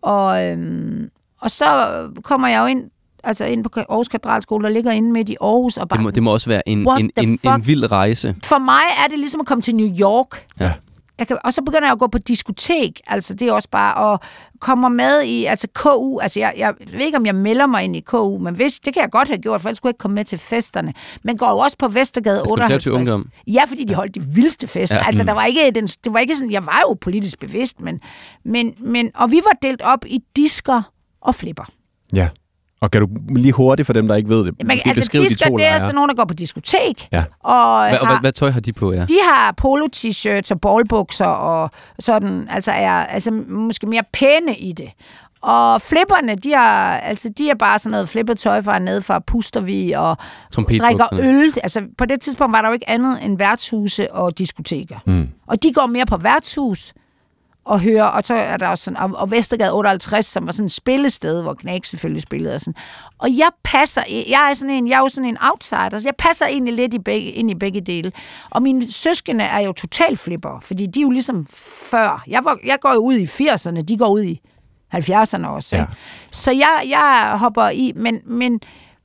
Og så kommer jeg jo ind på Aarhus Katedralskole, der ligger inde midt i Aarhus. Og bare det må også være en vild rejse. For mig er det ligesom at komme til New York. Ja. Og så begynder jeg at gå på diskotek. Altså, det er også bare at komme med i KU. Altså, jeg ved ikke, om jeg melder mig ind i KU, men det kan jeg godt have gjort, for ellers skulle jeg ikke komme med til festerne. Men går jo også på Vestergade 58. Ja, fordi de holdt de vildeste fester. Ja. Altså, det var ikke sådan, jeg var jo politisk bevidst, men og vi var delt op i disker og flipper. Ja. Og kan du lige hurtigt for dem, der ikke ved det? Disker, det er sådan nogen, der går på diskotek. Ja. Hvad tøj har de på, ja? De har polo-t-shirts og ballbukser og sådan, altså måske mere pæne i det. Og flipperne, de er bare sådan noget flippet tøj fra nede fra, puster vi og drikker øl. Altså på det tidspunkt var der jo ikke andet end værtshuse og diskoteker. Og de går mere på værtshus og hører, og så er der også sådan, og Vestergade 58, som var sådan et spillested, hvor Knæk selvfølgelig spillede og sådan. Og jeg er jo sådan en outsider, så jeg passer egentlig lidt ind i begge dele. Og mine søskende er jo total flipper, fordi de er jo ligesom før. Jeg går jo ud i 80'erne, de går ud i 70'erne også. Ja. Så jeg hopper i, men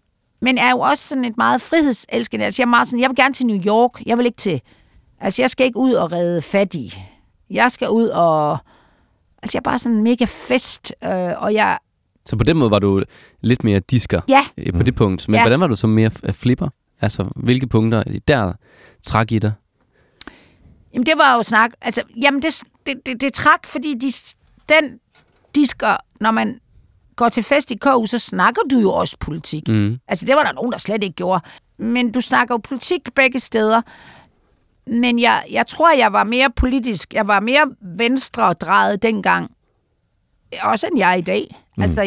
men er jo også sådan et meget frihedselskende. Altså jeg er meget sådan, jeg vil gerne til New York, jeg vil ikke til, altså jeg skal ikke ud og redde fattige. Jeg skal ud og, altså jeg er bare sådan mega fest, og jeg... Så på den måde var du lidt mere disker på det punkt. Men hvordan var du så mere flipper? Altså, hvilke punkter der træk i dig? Jamen, det var jo snak. Altså, jamen, det træk, fordi den disker, når man går til fest i KU, så snakker du jo også politik. Altså, det var der nogen, der slet ikke gjorde. Men du snakker jo politik begge steder. Men jeg tror, jeg var mere politisk. Jeg var mere venstredrejet dengang. Også end jeg er i dag. Altså,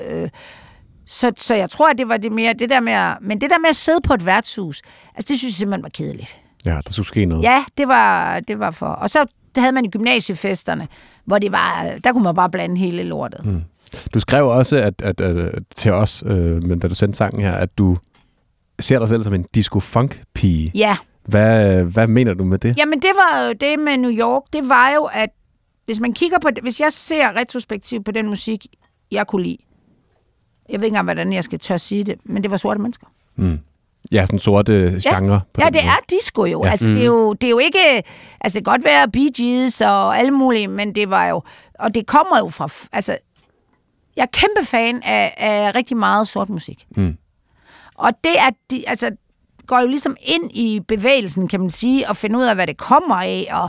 så jeg tror, at det var det mere, det der med men det der med at sidde på et værtshus, altså det synes jeg simpelthen var kedeligt. Ja, der skulle ske noget. Ja, det var for. Og så havde man i gymnasiefesterne, hvor det var, der kunne man bare blande hele lortet. Du skrev også at til os, men da du sendte sangen her, at du ser dig selv som en disco-funk-pige. Ja. Hvad mener du med det? Jamen, det var jo det med New York. Det var jo, at hvis man kigger på det, hvis jeg ser retrospektivt på den musik, jeg kunne lide, jeg ved ikke engang, hvordan jeg skal tør sige det, men det var sorte mennesker. Ja, sådan sorte genre. Ja, det er disco jo. Ja. Altså, det er jo ikke... Altså, det kan godt være Bee Gees og alle mulige, men det var jo... Og det kommer jo fra... Altså, jeg er kæmpe fan af rigtig meget sort musik. Og det er... Altså, går jo ligesom ind i bevægelsen, kan man sige, og finde ud af, hvad det kommer af,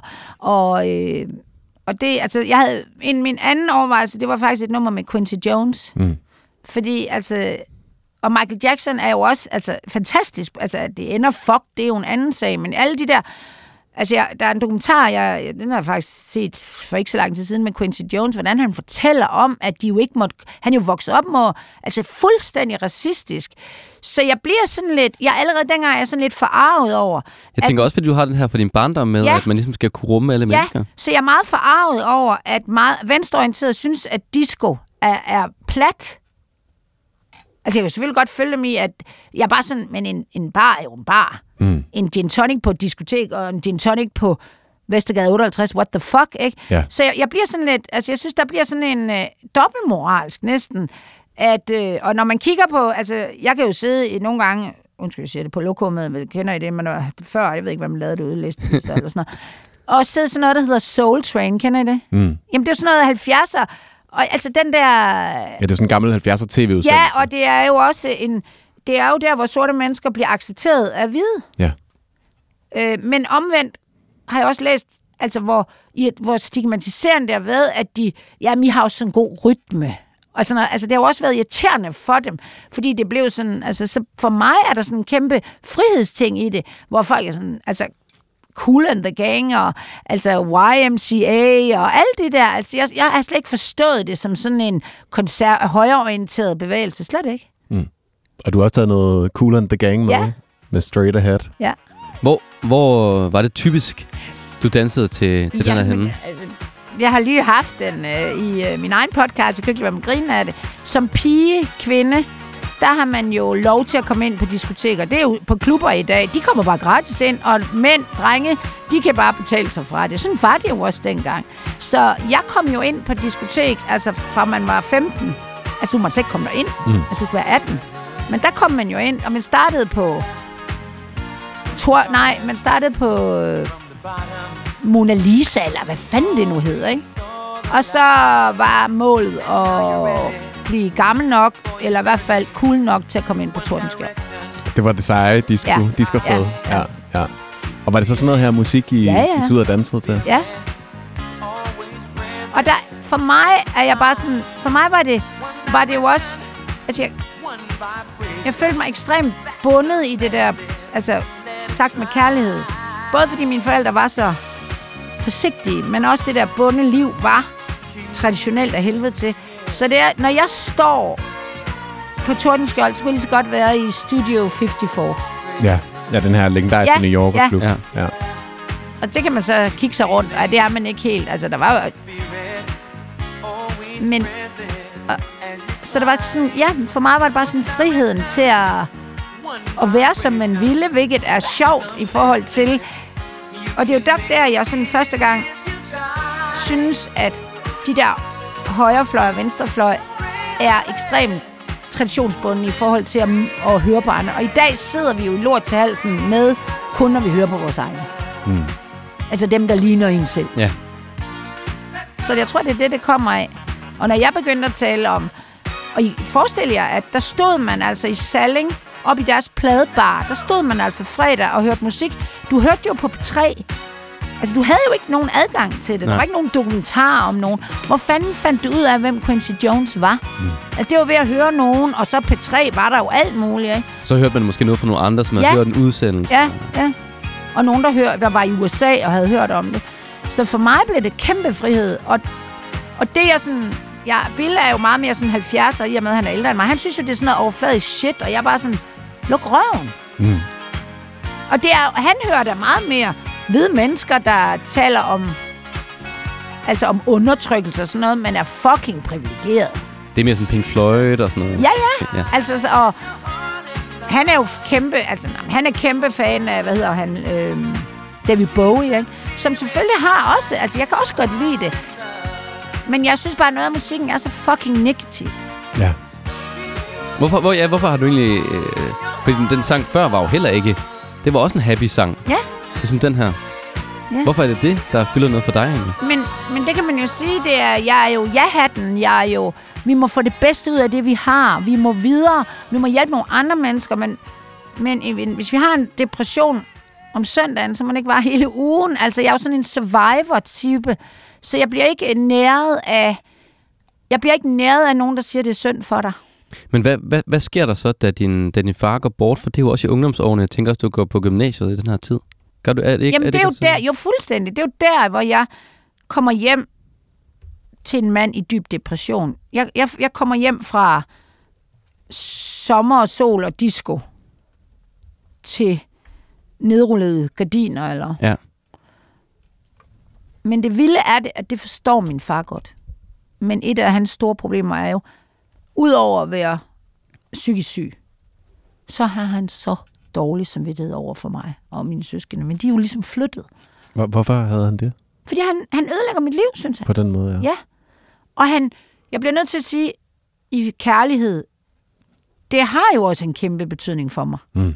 og det... Altså, jeg havde... Min anden overvejelse, det var faktisk et nummer med Quincy Jones. Fordi, altså... Og Michael Jackson er jo også altså, fantastisk. Altså, det ender det er jo en anden sag. Men alle de der... Altså, der er en dokumentar, den har jeg faktisk set for ikke så lang tid siden med Quincy Jones, hvordan han fortæller om, at de jo ikke måtte... Han jo voksede op med... Altså, fuldstændig racistisk. Så jeg bliver sådan lidt... Allerede dengang er jeg sådan lidt forarvet over... Jeg tænker også, fordi du har den her for din barndom med, at man ligesom skal kunne rumme alle mennesker. Så jeg er meget forarvet over, at meget venstreorienteret synes, at disco er plat. Altså, jeg kan selvfølgelig godt følge dem i, at jeg er bare sådan, men en bar er jo en bar. En gin tonic på et diskotek, og en gin tonic på Vestergade 58, what the fuck, ikke? Ja. Så jeg bliver sådan lidt, altså jeg synes, der bliver sådan en dobbeltmoralsk næsten, at, og når man kigger på, altså jeg kan jo sidde i nogle gange, undskyld, jeg siger det, på lokummet, kender I det, man var før, jeg ved ikke, hvad man lavede det ude, læste det, eller sådan noget, og sidde sådan noget, der hedder Soul Train, kender I det? Jamen, det er jo sådan noget 70'er, og altså den der... Ja, det er sådan en gammel 70'er tv-udsendelse. Ja, og det er jo også det er jo der, hvor sorte mennesker bliver accepteret af hvide. Ja. Men omvendt har jeg også læst, altså hvor stigmatiserende det har været, at I har jo sådan en god rytme. Og sådan noget. Altså det har jo også været irriterende for dem, fordi det blev sådan, altså så for mig er der sådan en kæmpe frihedsting i det, hvor folk er sådan, altså Kool and the Gang, og altså YMCA, og alt det der. Altså, jeg har slet ikke forstået det som sådan en højreorienteret bevægelse. Slet ikke. Og du har også taget noget Kool and the Gang med Straight Ahead. Ja. Hvor var det typisk, du dansede til den her henne? Jeg har lige haft den i min egen podcast, jeg kan ikke lade være med grine af det. Som pige, kvinde, der har man jo lov til at komme ind på diskoteker. Det er jo på klubber i dag. De kommer bare gratis ind, og mænd, drenge, de kan bare betale sig fra det. Sådan var det jo også dengang. Så jeg kom jo ind på diskotek, altså fra man var 15. Altså du måtte slet ikke komme derind. Altså du skulle være 18. Men der kom man jo ind, og man startede på... man startede på Mona Lisa, eller hvad fanden det nu hedder, ikke? Og så var målet at blive gammel nok, eller i hvert fald cool nok til at komme ind på Tordenskjold. Det var det seje disco-sted. Ja. Og var det så sådan noget her musik, I ud og dansede til? Ja. Og for mig er jeg bare sådan... For mig var det jo også... Altså jeg følte mig ekstremt bundet i det der... Altså, sagt med kærlighed. Både fordi mine forældre var så forsigtige, men også det der bundeliv var traditionelt af helvede til. Så det er, når jeg står på Tordenskjold, så kunne jeg lige så godt være i Studio 54. Ja, den her legendariske New Yorker-klub. Ja. Og det kan man så kigge sig rundt, og det er man ikke helt. Altså, der var jo... Men... Så det var sådan... Ja, for mig var det bare sådan friheden til at være, som man ville, hvilket er sjovt i forhold til... Og det er jo der, jeg sådan første gang synes, at de der højrefløj og venstrefløj er ekstremt traditionsbunden i forhold til at høre på andre. Og i dag sidder vi jo i lort til halsen med, kun når vi hører på vores egne. Mm. Altså dem, der ligner en selv. Ja. Så jeg tror, det er det kommer af. Og når jeg begyndte at tale om... Og forestil jer, at der stod man altså i Salling, op i deres pladebar. Der stod man altså fredag og hørte musik. Du hørte jo på P3. Altså, du havde jo ikke nogen adgang til det. Nej. Der var ikke nogen dokumentar om nogen. Hvor fanden fandt du ud af, hvem Quincy Jones var? Altså, det var ved at høre nogen, og så P3 var der jo alt muligt, ikke? Så hørte man måske noget fra nogle andre, som havde hørt en udsendelse. Ja. Og nogen, der var i USA og havde hørt om det. Så for mig blev det kæmpe frihed. Og det er sådan... Ja, Bill er jo meget mere sådan 70'er, i og med, at han er ældre end mig. Han synes jo, det er sådan noget overfladisk shit, og jeg er bare sådan, luk røven. Mm. Og han hører da meget mere hvide mennesker, der taler om undertrykkelse og sådan noget, men er fucking privilegeret. Det er mere sådan Pink Floyd og sådan noget. Ja. Altså, og han er jo kæmpe fan af, David Bowie, ikke? Som selvfølgelig har også, altså jeg kan også godt lide det. Men jeg synes bare, at noget af musikken er så fucking negativ. Ja. Hvorfor har du egentlig... fordi den sang før var jo heller ikke... Det var også en happy sang. Ja. Ligesom den her. Ja. Hvorfor er det, der fylder noget for dig egentlig? Men det kan man jo sige, det er... Jeg er jo ja-hatten. Vi må få det bedste ud af det, vi har. Vi må videre. Vi må hjælpe nogle andre mennesker. Men hvis vi har en depression om søndagen, så må det ikke være hele ugen. Altså, jeg er jo sådan en survivor-type. Så jeg bliver ikke næret af nogen, der siger, det er synd for dig. Men hvad sker der så, da din far går bort? For det er jo også i ungdomsårene. Jeg tænker også, du går på gymnasiet i den her tid. Gør du, det er jo der, jo fuldstændig. Det er jo der, hvor jeg kommer hjem til en mand i dyb depression. Jeg kommer hjem fra sommer og sol og disco til nedrullede gardiner, eller... Ja. Men det vilde er det, at det forstår min far godt. Men et af hans store problemer er jo, udover at være psykisk syg, så har han så dårlig samvittighed over for mig og mine søskende. Men de er jo ligesom flyttet. Hvorfor havde han det? Fordi han ødelægger mit liv, synes jeg. På den måde, ja. Ja. Og jeg bliver nødt til at sige, i kærlighed, det har jo også en kæmpe betydning for mig. Mm.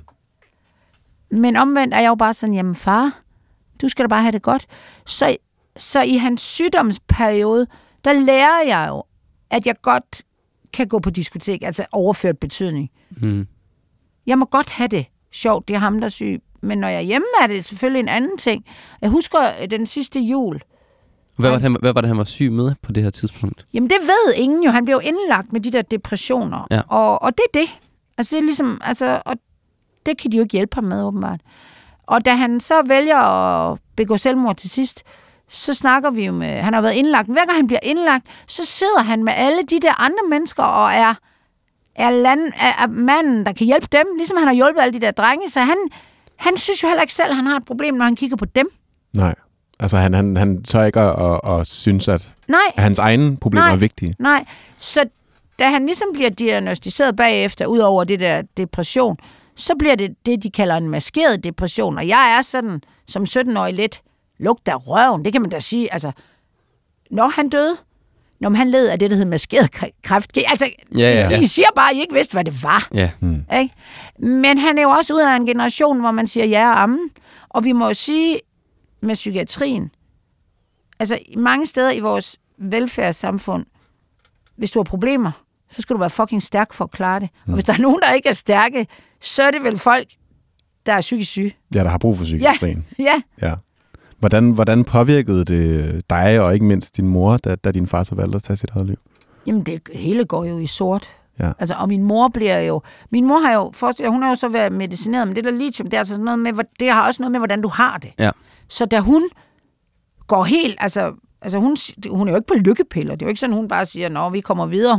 Men omvendt er jeg jo bare sådan, jamen far, du skal da bare have det godt. Så i hans sygdomsperiode, der lærer jeg jo, at jeg godt kan gå på diskotek, altså overført betydning. Mm. Jeg må godt have det sjovt, det er ham, der er syg. Men når jeg er hjemme, er det selvfølgelig en anden ting. Jeg husker den sidste jul. Hvad var det, han var syg med på det her tidspunkt? Jamen, det ved ingen jo. Han blev indlagt med de der depressioner. Ja. Og det er det. Altså, det er ligesom, og det kan de jo ikke hjælpe ham med, åbenbart. Og da han så vælger at begå selvmord til sidst, så snakker vi jo med... Han har været indlagt. Hver gang han bliver indlagt, så sidder han med alle de der andre mennesker og er manden, der kan hjælpe dem, ligesom han har hjulpet alle de der drenge. Så han synes jo heller ikke selv, at han har et problem, når han kigger på dem. Nej. Altså, han tør ikke at synes, at hans egne problemer er vigtige. Nej. Så da han ligesom bliver diagnosticeret bagefter, ud over det der depression, så bliver det, de kalder en maskeret depression. Og jeg er sådan, som 17-årig lidt, lugt af røven, det kan man da sige. Altså, når han døde, når han led af det, der hedder maskeret kræft. Altså, I siger bare, at I ikke vidste, hvad det var. Ja. Ikke? Men han er jo også ud af en generation, hvor man siger ja og amen. Og vi må jo sige med psykiatrien, altså mange steder i vores velfærdssamfund, hvis du har problemer, så skal du være fucking stærk for at klare det. Og hvis der er nogen, der ikke er stærke, så er det vel folk, der er psykisk syge. Ja, der har brug for psykiatrien. Ja. Hvordan påvirkede det dig, og ikke mindst din mor, da din far så valgte at tage sit eget liv? Jamen, det hele går jo i sort. Ja. Altså, og min mor har jo, hun har jo så været medicineret, men det der lithium, det er altså sådan noget med, det har også noget med, hvordan du har det. Ja. Så da hun går helt, altså hun er jo ikke på lykkepiller. Det er jo ikke sådan, hun bare siger, nå, vi kommer videre.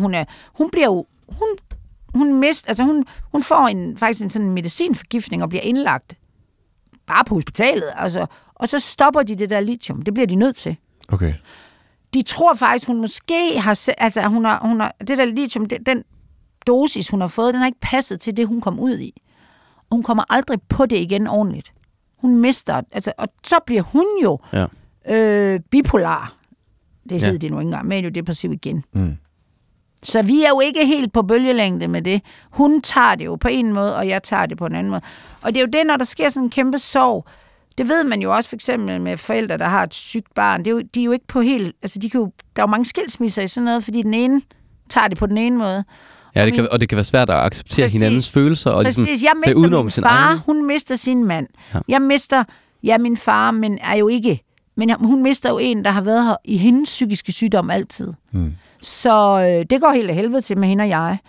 Hun får faktisk en sådan medicinforgiftning og bliver indlagt bare på hospitalet. Altså, og så stopper de det der lithium. Det bliver de nødt til. Okay. De tror faktisk, hun måske har... Altså, hun har det der lithium, den dosis, hun har fået, den har ikke passet til det, hun kom ud i. Og hun kommer aldrig på det igen ordentligt. Hun mister... Altså, og så bliver hun jo bipolar. Det hed det nu ikke engang. Men jo depressiv igen. Mm. Så vi er jo ikke helt på bølgelængde med det. Hun tager det jo på en måde, og jeg tager det på en anden måde. Og det er jo det, når der sker sådan en kæmpe sorg. Det ved man jo også for eksempel med forældre, der har et sygt barn. De er jo ikke på helt... Altså, der er jo mange skilsmisser i sådan noget, fordi den ene tager det på den ene måde. Ja, det kan være svært at acceptere hinandens følelser. Og ligesom jeg mister min far, hun mister sin mand. Ja. Jeg mister, min far, men er jo ikke... Men hun mister jo en, der har været her i hendes psykiske sygdom altid. Så det går helt af helvede til med hende og jeg.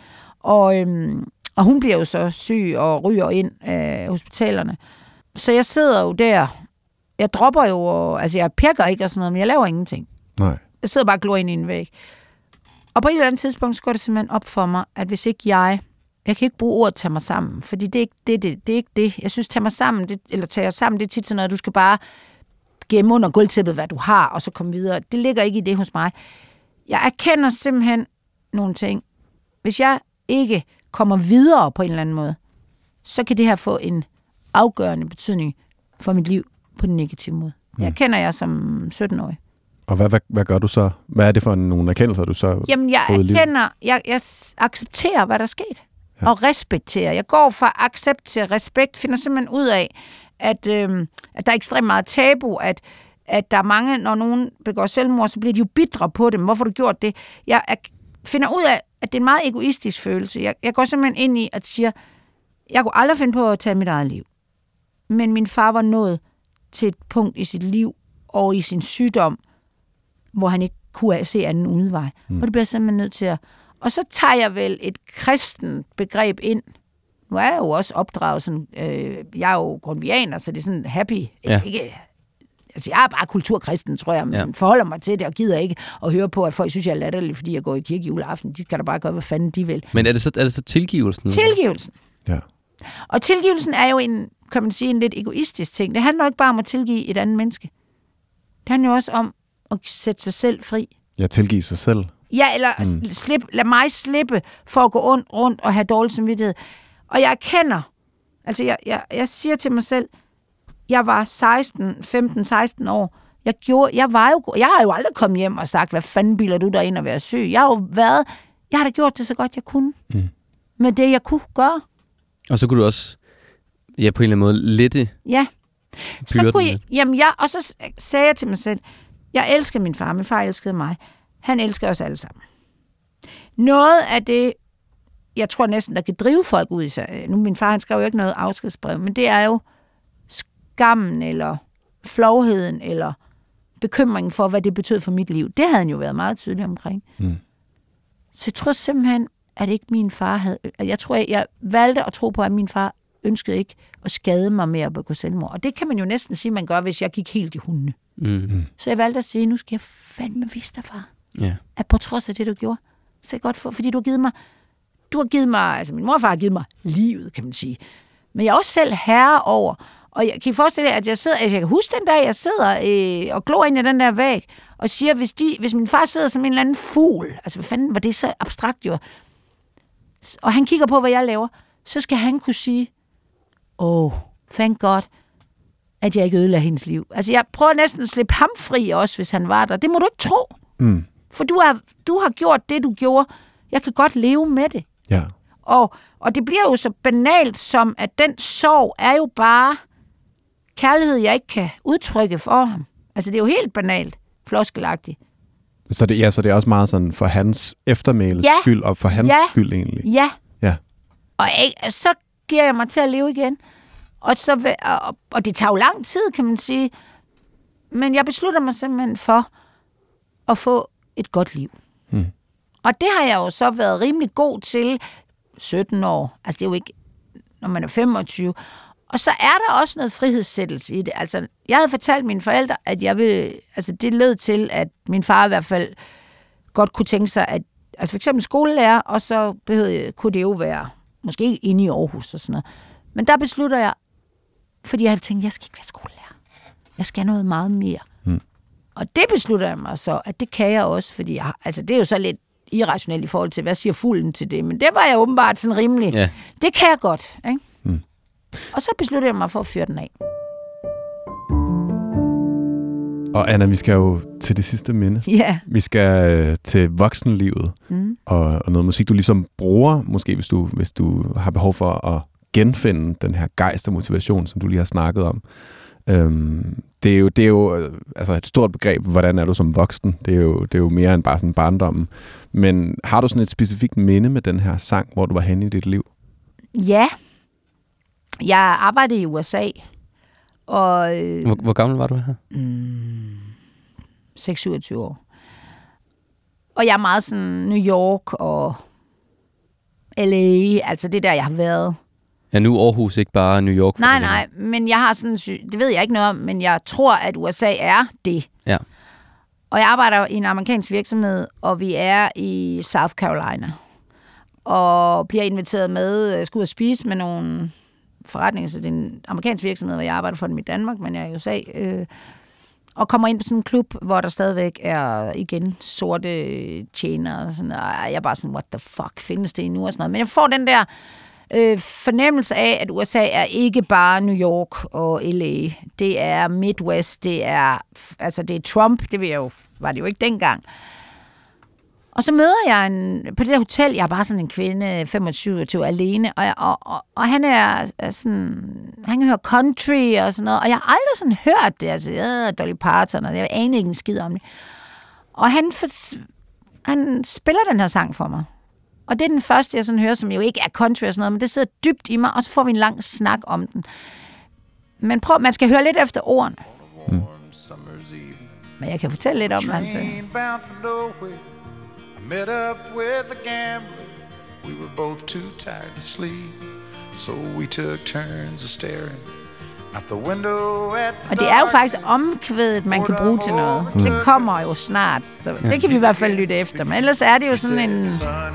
Og hun bliver jo så syg og ryger ind af hospitalerne. Så jeg sidder jo der. Jeg dropper jo, altså jeg pækker ikke og sådan noget, men jeg laver ingenting. Nej. Jeg sidder bare og glor ind i en væg. Og på et eller andet tidspunkt, så går det simpelthen op for mig, at hvis ikke jeg kan ikke bruge ordet tage mig sammen, fordi det er ikke det. Jeg synes, tage mig sammen, det er tit sådan noget, du skal bare gemme under gulvtæppet, hvad du har, og så komme videre. Det ligger ikke i det hos mig. Jeg erkender simpelthen nogle ting. Hvis jeg ikke kommer videre på en eller anden måde, så kan det her få en afgørende betydning for mit liv på den negative måde. Jeg kender jeg som 17-årig. Og hvad gør du så? Hvad er det for nogle erkendelser, du så... Jamen, jeg erkender, jeg accepterer, hvad der er sket, og respekterer. Jeg går fra accept til respekt, finder simpelthen ud af, at der er ekstremt meget tabu, at der er mange, når nogen begår selvmord, så bliver de jo bitre på dem. Hvorfor har du gjort det? Jeg finder ud af, at det er en meget egoistisk følelse. Jeg går simpelthen ind i at sige, jeg kunne aldrig finde på at tage mit eget liv. Men min far var nået til et punkt i sit liv og i sin sygdom, hvor han ikke kunne se anden udvej. Og det bliver jeg simpelthen nødt til at... Og så tager jeg vel et kristen begreb ind. Nu er jeg jo også opdraget sådan... jeg er jo grundvianer, så det er sådan happy. Ja. Altså, jeg er bare kulturkristen, tror jeg, men forholder mig til det, og gider ikke at høre på, at folk synes, jeg er latterlig, fordi jeg går i kirke juleaften. De kan da bare gøre, hvad fanden de vil. Men er det så tilgivelsen? Tilgivelsen. Ja. Og tilgivelsen er jo kan man sige, en lidt egoistisk ting. Det handler jo ikke bare om at tilgive et andet menneske. Det handler jo også om at sætte sig selv fri. Ja, tilgive sig selv. Ja, eller lad mig slippe for at gå rundt og have dårlig samvittighed. Og jeg erkender, altså jeg siger til mig selv, jeg var 15-16 år. Jeg har jo aldrig kommet hjem og sagt, hvad fanden bilder du dig ind at være syg? Jeg har da gjort det så godt, jeg kunne. Med det, jeg kunne gøre. Og så kunne du også, på en eller anden måde, lette byrden. Og så sagde jeg til mig selv, jeg elsker min far. Min far elskede mig. Han elsker os alle sammen. Noget af det, jeg tror næsten, der kan drive folk ud i sig. Nu, min far, han skrev jo ikke noget afskedsbrev, men det er jo skammen, eller flovheden, eller bekymringen for, hvad det betød for mit liv. Det havde han jo været meget tydelig omkring. Så jeg tror simpelthen, at ikke min far havde... Jeg tror, jeg valgte at tro på, at min far ønskede ikke at skade mig med at begå selvmord. Og det kan man jo næsten sige, man gør, hvis jeg gik helt i hundene. Så jeg valgte at sige, nu skal jeg fandme vise dig, far. Yeah. At på trods af det, du gjorde, så er det godt for, fordi du har givet mig, altså min morfar har givet mig livet, kan man sige. Men jeg er også selv herre over, og jeg kan forestille jer, at jeg kan huske den dag, jeg sidder og glor ind i den der væg, og siger, hvis min far sidder som en eller anden fugl, altså hvad fanden var det så abstrakt jo, og han kigger på, hvad jeg laver, så skal han kunne sige, thank God, at jeg ikke ødelagde hendes liv. Altså jeg prøver næsten at slippe ham fri også, hvis han var der. Det må du ikke tro. For du har gjort det, du gjorde. Jeg kan godt leve med det. Ja. Og det bliver jo så banalt som, at den sorg er jo bare kærlighed, jeg ikke kan udtrykke for ham. Altså det er jo helt banalt, floskelagtigt. Så det er også meget sådan for hans eftermæles skyld, og for hans skyld egentlig. Ja. Ja. Og så giver jeg mig til at leve igen. Og det tager jo lang tid, kan man sige. Men jeg beslutter mig simpelthen for at få et godt liv. Og det har jeg jo så været rimelig god til 17 år. Altså det er jo ikke, når man er 25. Og så er der også noget frihedssættelse i det. Altså jeg havde fortalt mine forældre, at det lød til, at min far i hvert fald godt kunne tænke sig, at altså for eksempel skolelærer, og så kunne det jo være måske ikke inde i Aarhus og sådan noget. Men der beslutter jeg, fordi jeg havde tænkt, jeg skal ikke være skolelærer. Jeg skal noget meget mere. Og det beslutter jeg mig så, at det kan jeg også, fordi det er jo så lidt irrationelt i forhold til, hvad siger fuglen til det, men det var jeg åbenbart sådan rimelig. Ja. Det kan jeg godt, ikke? Og så beslutter jeg mig for at fyre den af. Og Anna, vi skal jo til det sidste minde. Ja. Vi skal til voksenlivet og noget musik, du ligesom bruger, måske hvis du har behov for at genfinde den her gejst og motivation, som du lige har snakket om. Det er jo altså et stort begreb, hvordan er du som voksen? Det er jo mere end bare sådan barndommen. Men har du sådan et specifikt minde med den her sang, hvor du var henne i dit liv? Ja. Jeg arbejdede i USA. Og, Hvor gammel var du her? 26 år. Og jeg er meget sådan New York og LA, altså det der, jeg har været. Ja, nu Aarhus, ikke bare New York. Nej, men jeg har sådan, det ved jeg ikke noget om, men jeg tror, at USA er det. Ja. Og jeg arbejder i en amerikansk virksomhed, og vi er i South Carolina. Og bliver inviteret med, skal ud og spise med nogle forretninger, så det er en amerikansk virksomhed, hvor jeg arbejder for dem i Danmark, men jeg er i USA. Og kommer ind på sådan en klub, hvor der stadigvæk er, igen, sorte tjenere. Og sådan, og jeg er bare sådan, what the fuck, findes det endnu? Og sådan noget. Men jeg får den der fornemmelse af, at USA er ikke bare New York og LA. Det er Midwest, det er Trump, var det jo ikke dengang. Og så møder jeg på det der hotel, jeg er bare sådan en kvinde, 25 alene, og han er sådan, han hører country og sådan noget, og jeg har aldrig sådan hørt det, altså, Dolly Parton, og jeg aner ikke en skid om det. Og han spiller den her sang for mig. Og det er den første, jeg sådan hører, som jo ikke er country og sådan noget, men det sidder dybt i mig, og så får vi en lang snak om den. Men man skal høre lidt efter ordene. Men jeg kan fortælle lidt om, hvad han siger. Met up with a gambler. We were both too tired to sleep, so we took turns of staring out the window at the. Og det er jo faktisk omkvædet, man kan bruge til noget. Det kommer jo snart, så det kan vi i hvert fald lytte efter. Men ellers er det jo sådan en.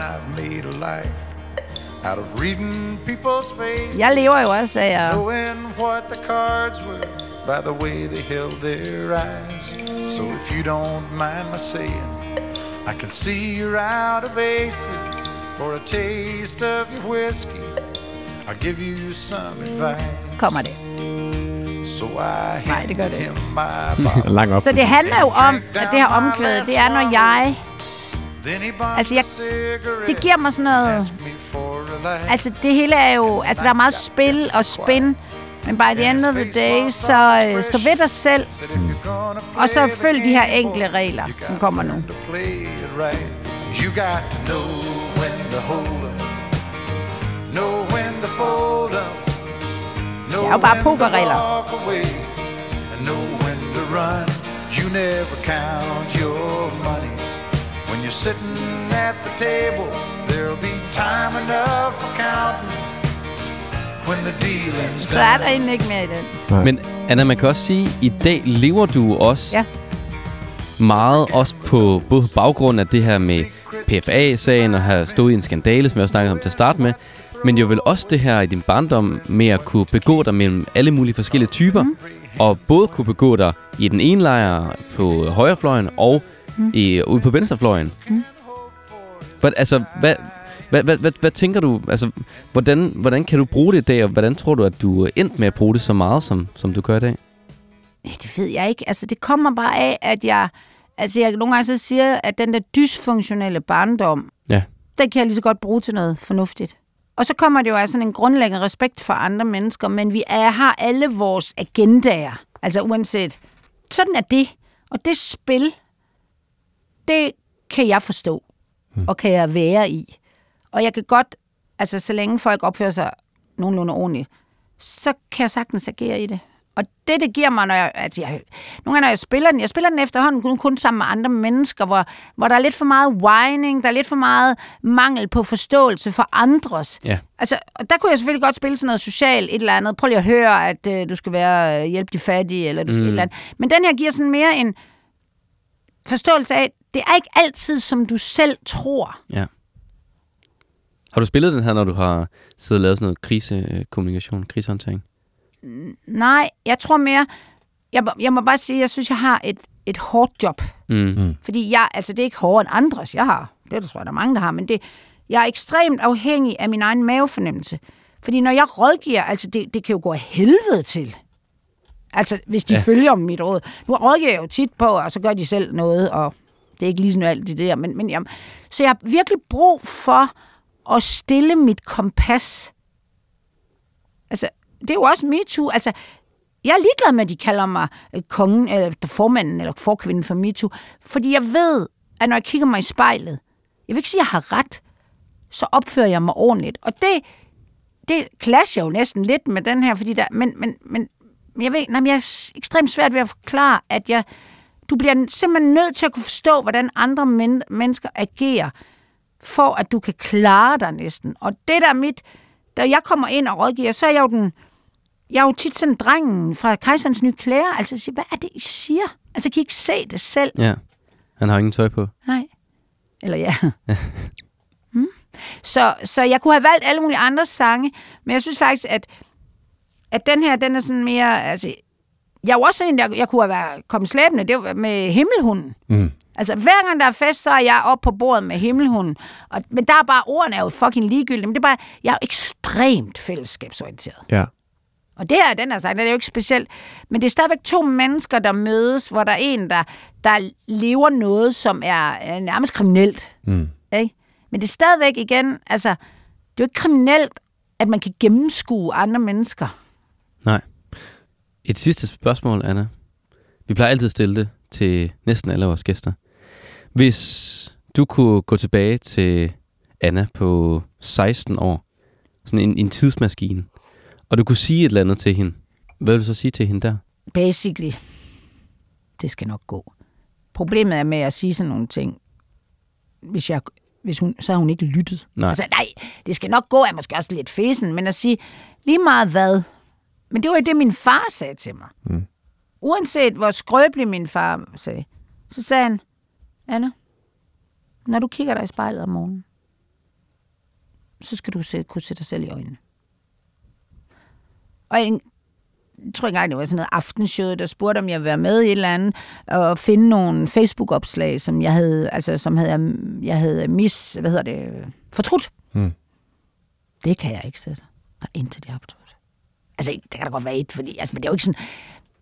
Jeg lever jo også af at. By the way they held their eyes. So if you don't mind my saying, I can see you're out of aces. For a taste of your whiskey, I'll give you some advice. Kommer det? So nej, det gør det ikke. Så det handler jo om, at det her omkvæd, det er, når jeg... Altså, det giver mig sådan noget... Altså, det hele er jo... Altså, der er meget spil og spin. Men by the end of the day, så stå ved dig selv. Og så følg de her enkle regler, som kommer nu. Det er jo bare pokerregler. You never count your money. When you're sitting at the table, there'll be time enough for counting. Så er der egentlig ikke mere i den. Nej. Men Anna, man kan også sige, at i dag lever du også meget også på både baggrund af det her med PFA-sagen og have stået i en skandale, som jeg også snakkede om til at starte med, men jo vel også det her i din barndom med at kunne begå dig mellem alle mulige forskellige typer, og både kunne begå dig i den ene lejr på højrefløjen og ude på venstrefløjen. Hvad tænker du, altså, hvordan kan du bruge det i dag, og hvordan tror du, at du er endt med at bruge det så meget, som du gør i dag? Det ved jeg ikke. Altså, det kommer bare af, at jeg nogle gange så siger, at den der dysfunktionelle barndom, den kan jeg lige så godt bruge til noget fornuftigt. Og så kommer det jo af sådan en grundlæggende respekt for andre mennesker, men vi har alle vores agendaer. Altså uanset. Sådan er det. Og det spil, det kan jeg forstå, og kan jeg være i. Og jeg kan godt, altså så længe folk opfører sig nogenlunde ordentligt, så kan jeg sagtens agere i det. Og det giver mig, nogle gange når jeg spiller den efterhånden kun sammen med andre mennesker, hvor der er lidt for meget whining, der er lidt for meget mangel på forståelse for andres. Ja. Altså, der kunne jeg selvfølgelig godt spille sådan noget socialt, et eller andet. Prøv lige at høre, at du skal hjælpe de fattige, eller du skal et eller andet. Men den her giver sådan mere en forståelse af, det er ikke altid, som du selv tror. Ja. Har du spillet den her, når du har siddet og lavet sådan noget krisekommunikation, krisehåndtering? Nej, jeg tror mere... Jeg må bare sige, at jeg synes, jeg har et hårdt job. Fordi det er ikke hårdere end andres, jeg har. Det tror jeg, der er mange, der har. Men jeg er ekstremt afhængig af min egen mavefornemmelse. Fordi når jeg rådgiver, det kan jo gå af helvede til. Altså, hvis de følger mit råd. Nu rådgiver jeg jo tit på, og så gør de selv noget, og det er ikke lige sådan alt det der. Men jamen, så jeg har virkelig brug for at stille mit kompas. Altså, det er jo også MeToo. Altså, jeg er ligeglad med, at de kalder mig kongen, eller formanden, eller forkvinden for MeToo. Fordi jeg ved, at når jeg kigger mig i spejlet, jeg vil ikke sige, at jeg har ret, så opfører jeg mig ordentligt. Og det clasher jo næsten lidt med den her, fordi men jeg ved, jeg er ekstremt svært ved at forklare, at du bliver simpelthen nødt til at kunne forstå, hvordan andre mennesker agerer, for at du kan klare dig næsten. Og det der da jeg kommer ind og rådgiver, så er jeg er jo tit sådan drengen fra Kejserens Nye Klæder, altså siger, hvad er det, I siger? Altså, kan I ikke se det selv? Ja, han har ingen tøj på. Nej. Eller ja. Så jeg kunne have valgt alle mulige andre sange, men jeg synes faktisk, at den her, den er sådan mere, altså, jeg er jo også sådan, jeg kunne have kommet slæbende, det var med Himmelhunden. Altså, hver gang der er fest, så er jeg oppe på bordet med Himmelhunden. Men der er bare, ordene er jo fucking ligegyldige, men det er bare, jeg er jo ekstremt fællesskabsorienteret. Ja. Og det her, den er sagt, det er jo ikke specielt, men det er stadigvæk to mennesker, der mødes, hvor der er en, der lever noget, som er nærmest kriminelt. Ikke? Men det er stadigvæk igen, altså, det er jo ikke kriminelt, at man kan gennemskue andre mennesker. Nej. Et sidste spørgsmål, Anna. Vi plejer altid at stille det til næsten alle vores gæster. Hvis du kunne gå tilbage til Anna på 16 år, sådan en tidsmaskine, og du kunne sige et eller andet til hende, hvad vil du så sige til hende der? Basically, det skal nok gå. Problemet er med at sige sådan nogle ting, så har hun ikke lyttet. Nej. Altså nej, det skal nok gå, er måske også lidt fesen, men at sige lige meget hvad. Men det var jo det, min far sagde til mig. Uanset hvor skrøbelig min far sagde, så sagde han, Anna, når du kigger dig i spejlet om morgenen, så skal du kunne se dig selv i øjnene. Og jeg tror ikke engang, det var sådan noget aftenshow, der spurgte, om jeg ville være med i et eller andet, og finde nogle Facebook-opslag, som jeg havde, fortrudt. Det kan jeg ikke, så der er intet, jeg har fortrudt. Altså, det kan da godt være et, fordi, altså, men det er jo ikke sådan,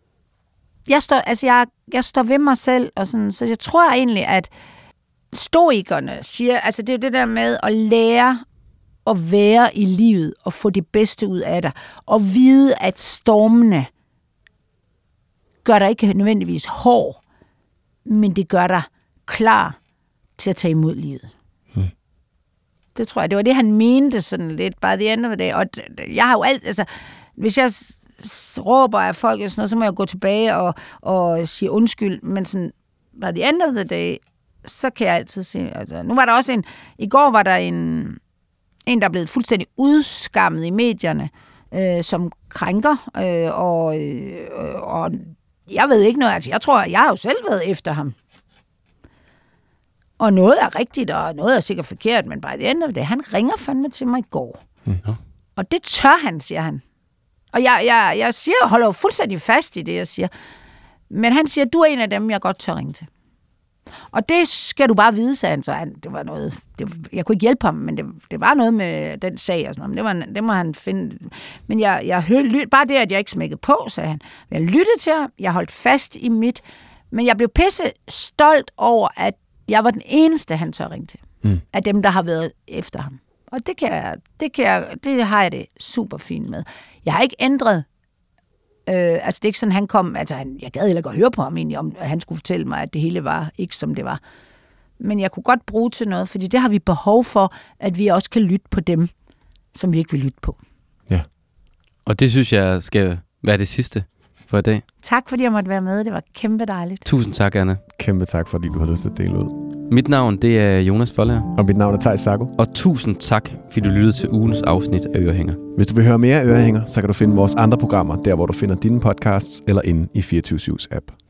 jeg står ved mig selv, og sådan, så jeg tror egentlig, at stoikerne siger, altså det er jo det der med at lære at være i livet og få det bedste ud af dig. Og vide, at stormene gør dig ikke nødvendigvis hård, men det gør dig klar til at tage imod livet. Det tror jeg, det var det, han mente sådan lidt, bare the end of the day. Og jeg har jo alt, altså, hvis jeg råber af folk og sådan noget, så må jeg gå tilbage og sige undskyld, men sådan, by the end of the day, så kan jeg altid sige, altså, nu var der også i går var der en, der er blevet fuldstændig udskammet i medierne, som krænker, og jeg ved ikke noget, altså jeg tror, jeg har jo selv været efter ham. Og noget er rigtigt, og noget er sikkert forkert, men bare det ender af det. Han ringer fandme til mig i går. Og det tør han, siger han. Og jeg siger, holder jo fuldstændig fast i det, jeg siger. Men han siger, du er en af dem, jeg godt tør ringe til. Og det skal du bare vide, sagde han. Så det var noget, jeg kunne ikke hjælpe ham, men det var noget med den sag og sådan noget. Det må han finde. Men jeg hørte bare det, at jeg ikke smækkede på, sagde han. Jeg lyttede til ham, jeg holdt fast i mit. Men jeg blev pisse stolt over, at jeg var den eneste, han tør ringe til. Af dem, der har været efter ham. Og det har jeg det super fint med. Jeg har ikke ændret. Altså det er ikke sådan, han kom. Altså jeg gad heller ikke at høre på ham egentlig, om at han skulle fortælle mig, at det hele var ikke som det var. Men jeg kunne godt bruge til noget, fordi det har vi behov for, at vi også kan lytte på dem, som vi ikke vil lytte på. Ja. Og det synes jeg skal være det sidste for i dag. Tak fordi jeg måtte være med. Det var kæmpe dejligt. Tusind tak, Anna. Kæmpe tak, fordi du har lyst til at dele ud. Mit navn, det er Jonas Foldager. Og mit navn er Theis Zacho. Og tusind tak, fordi du lyttede til ugens afsnit af Ørehænger. Hvis du vil høre mere Ørehænger, så kan du finde vores andre programmer, der hvor du finder dine podcasts, eller inde i 24syvs app.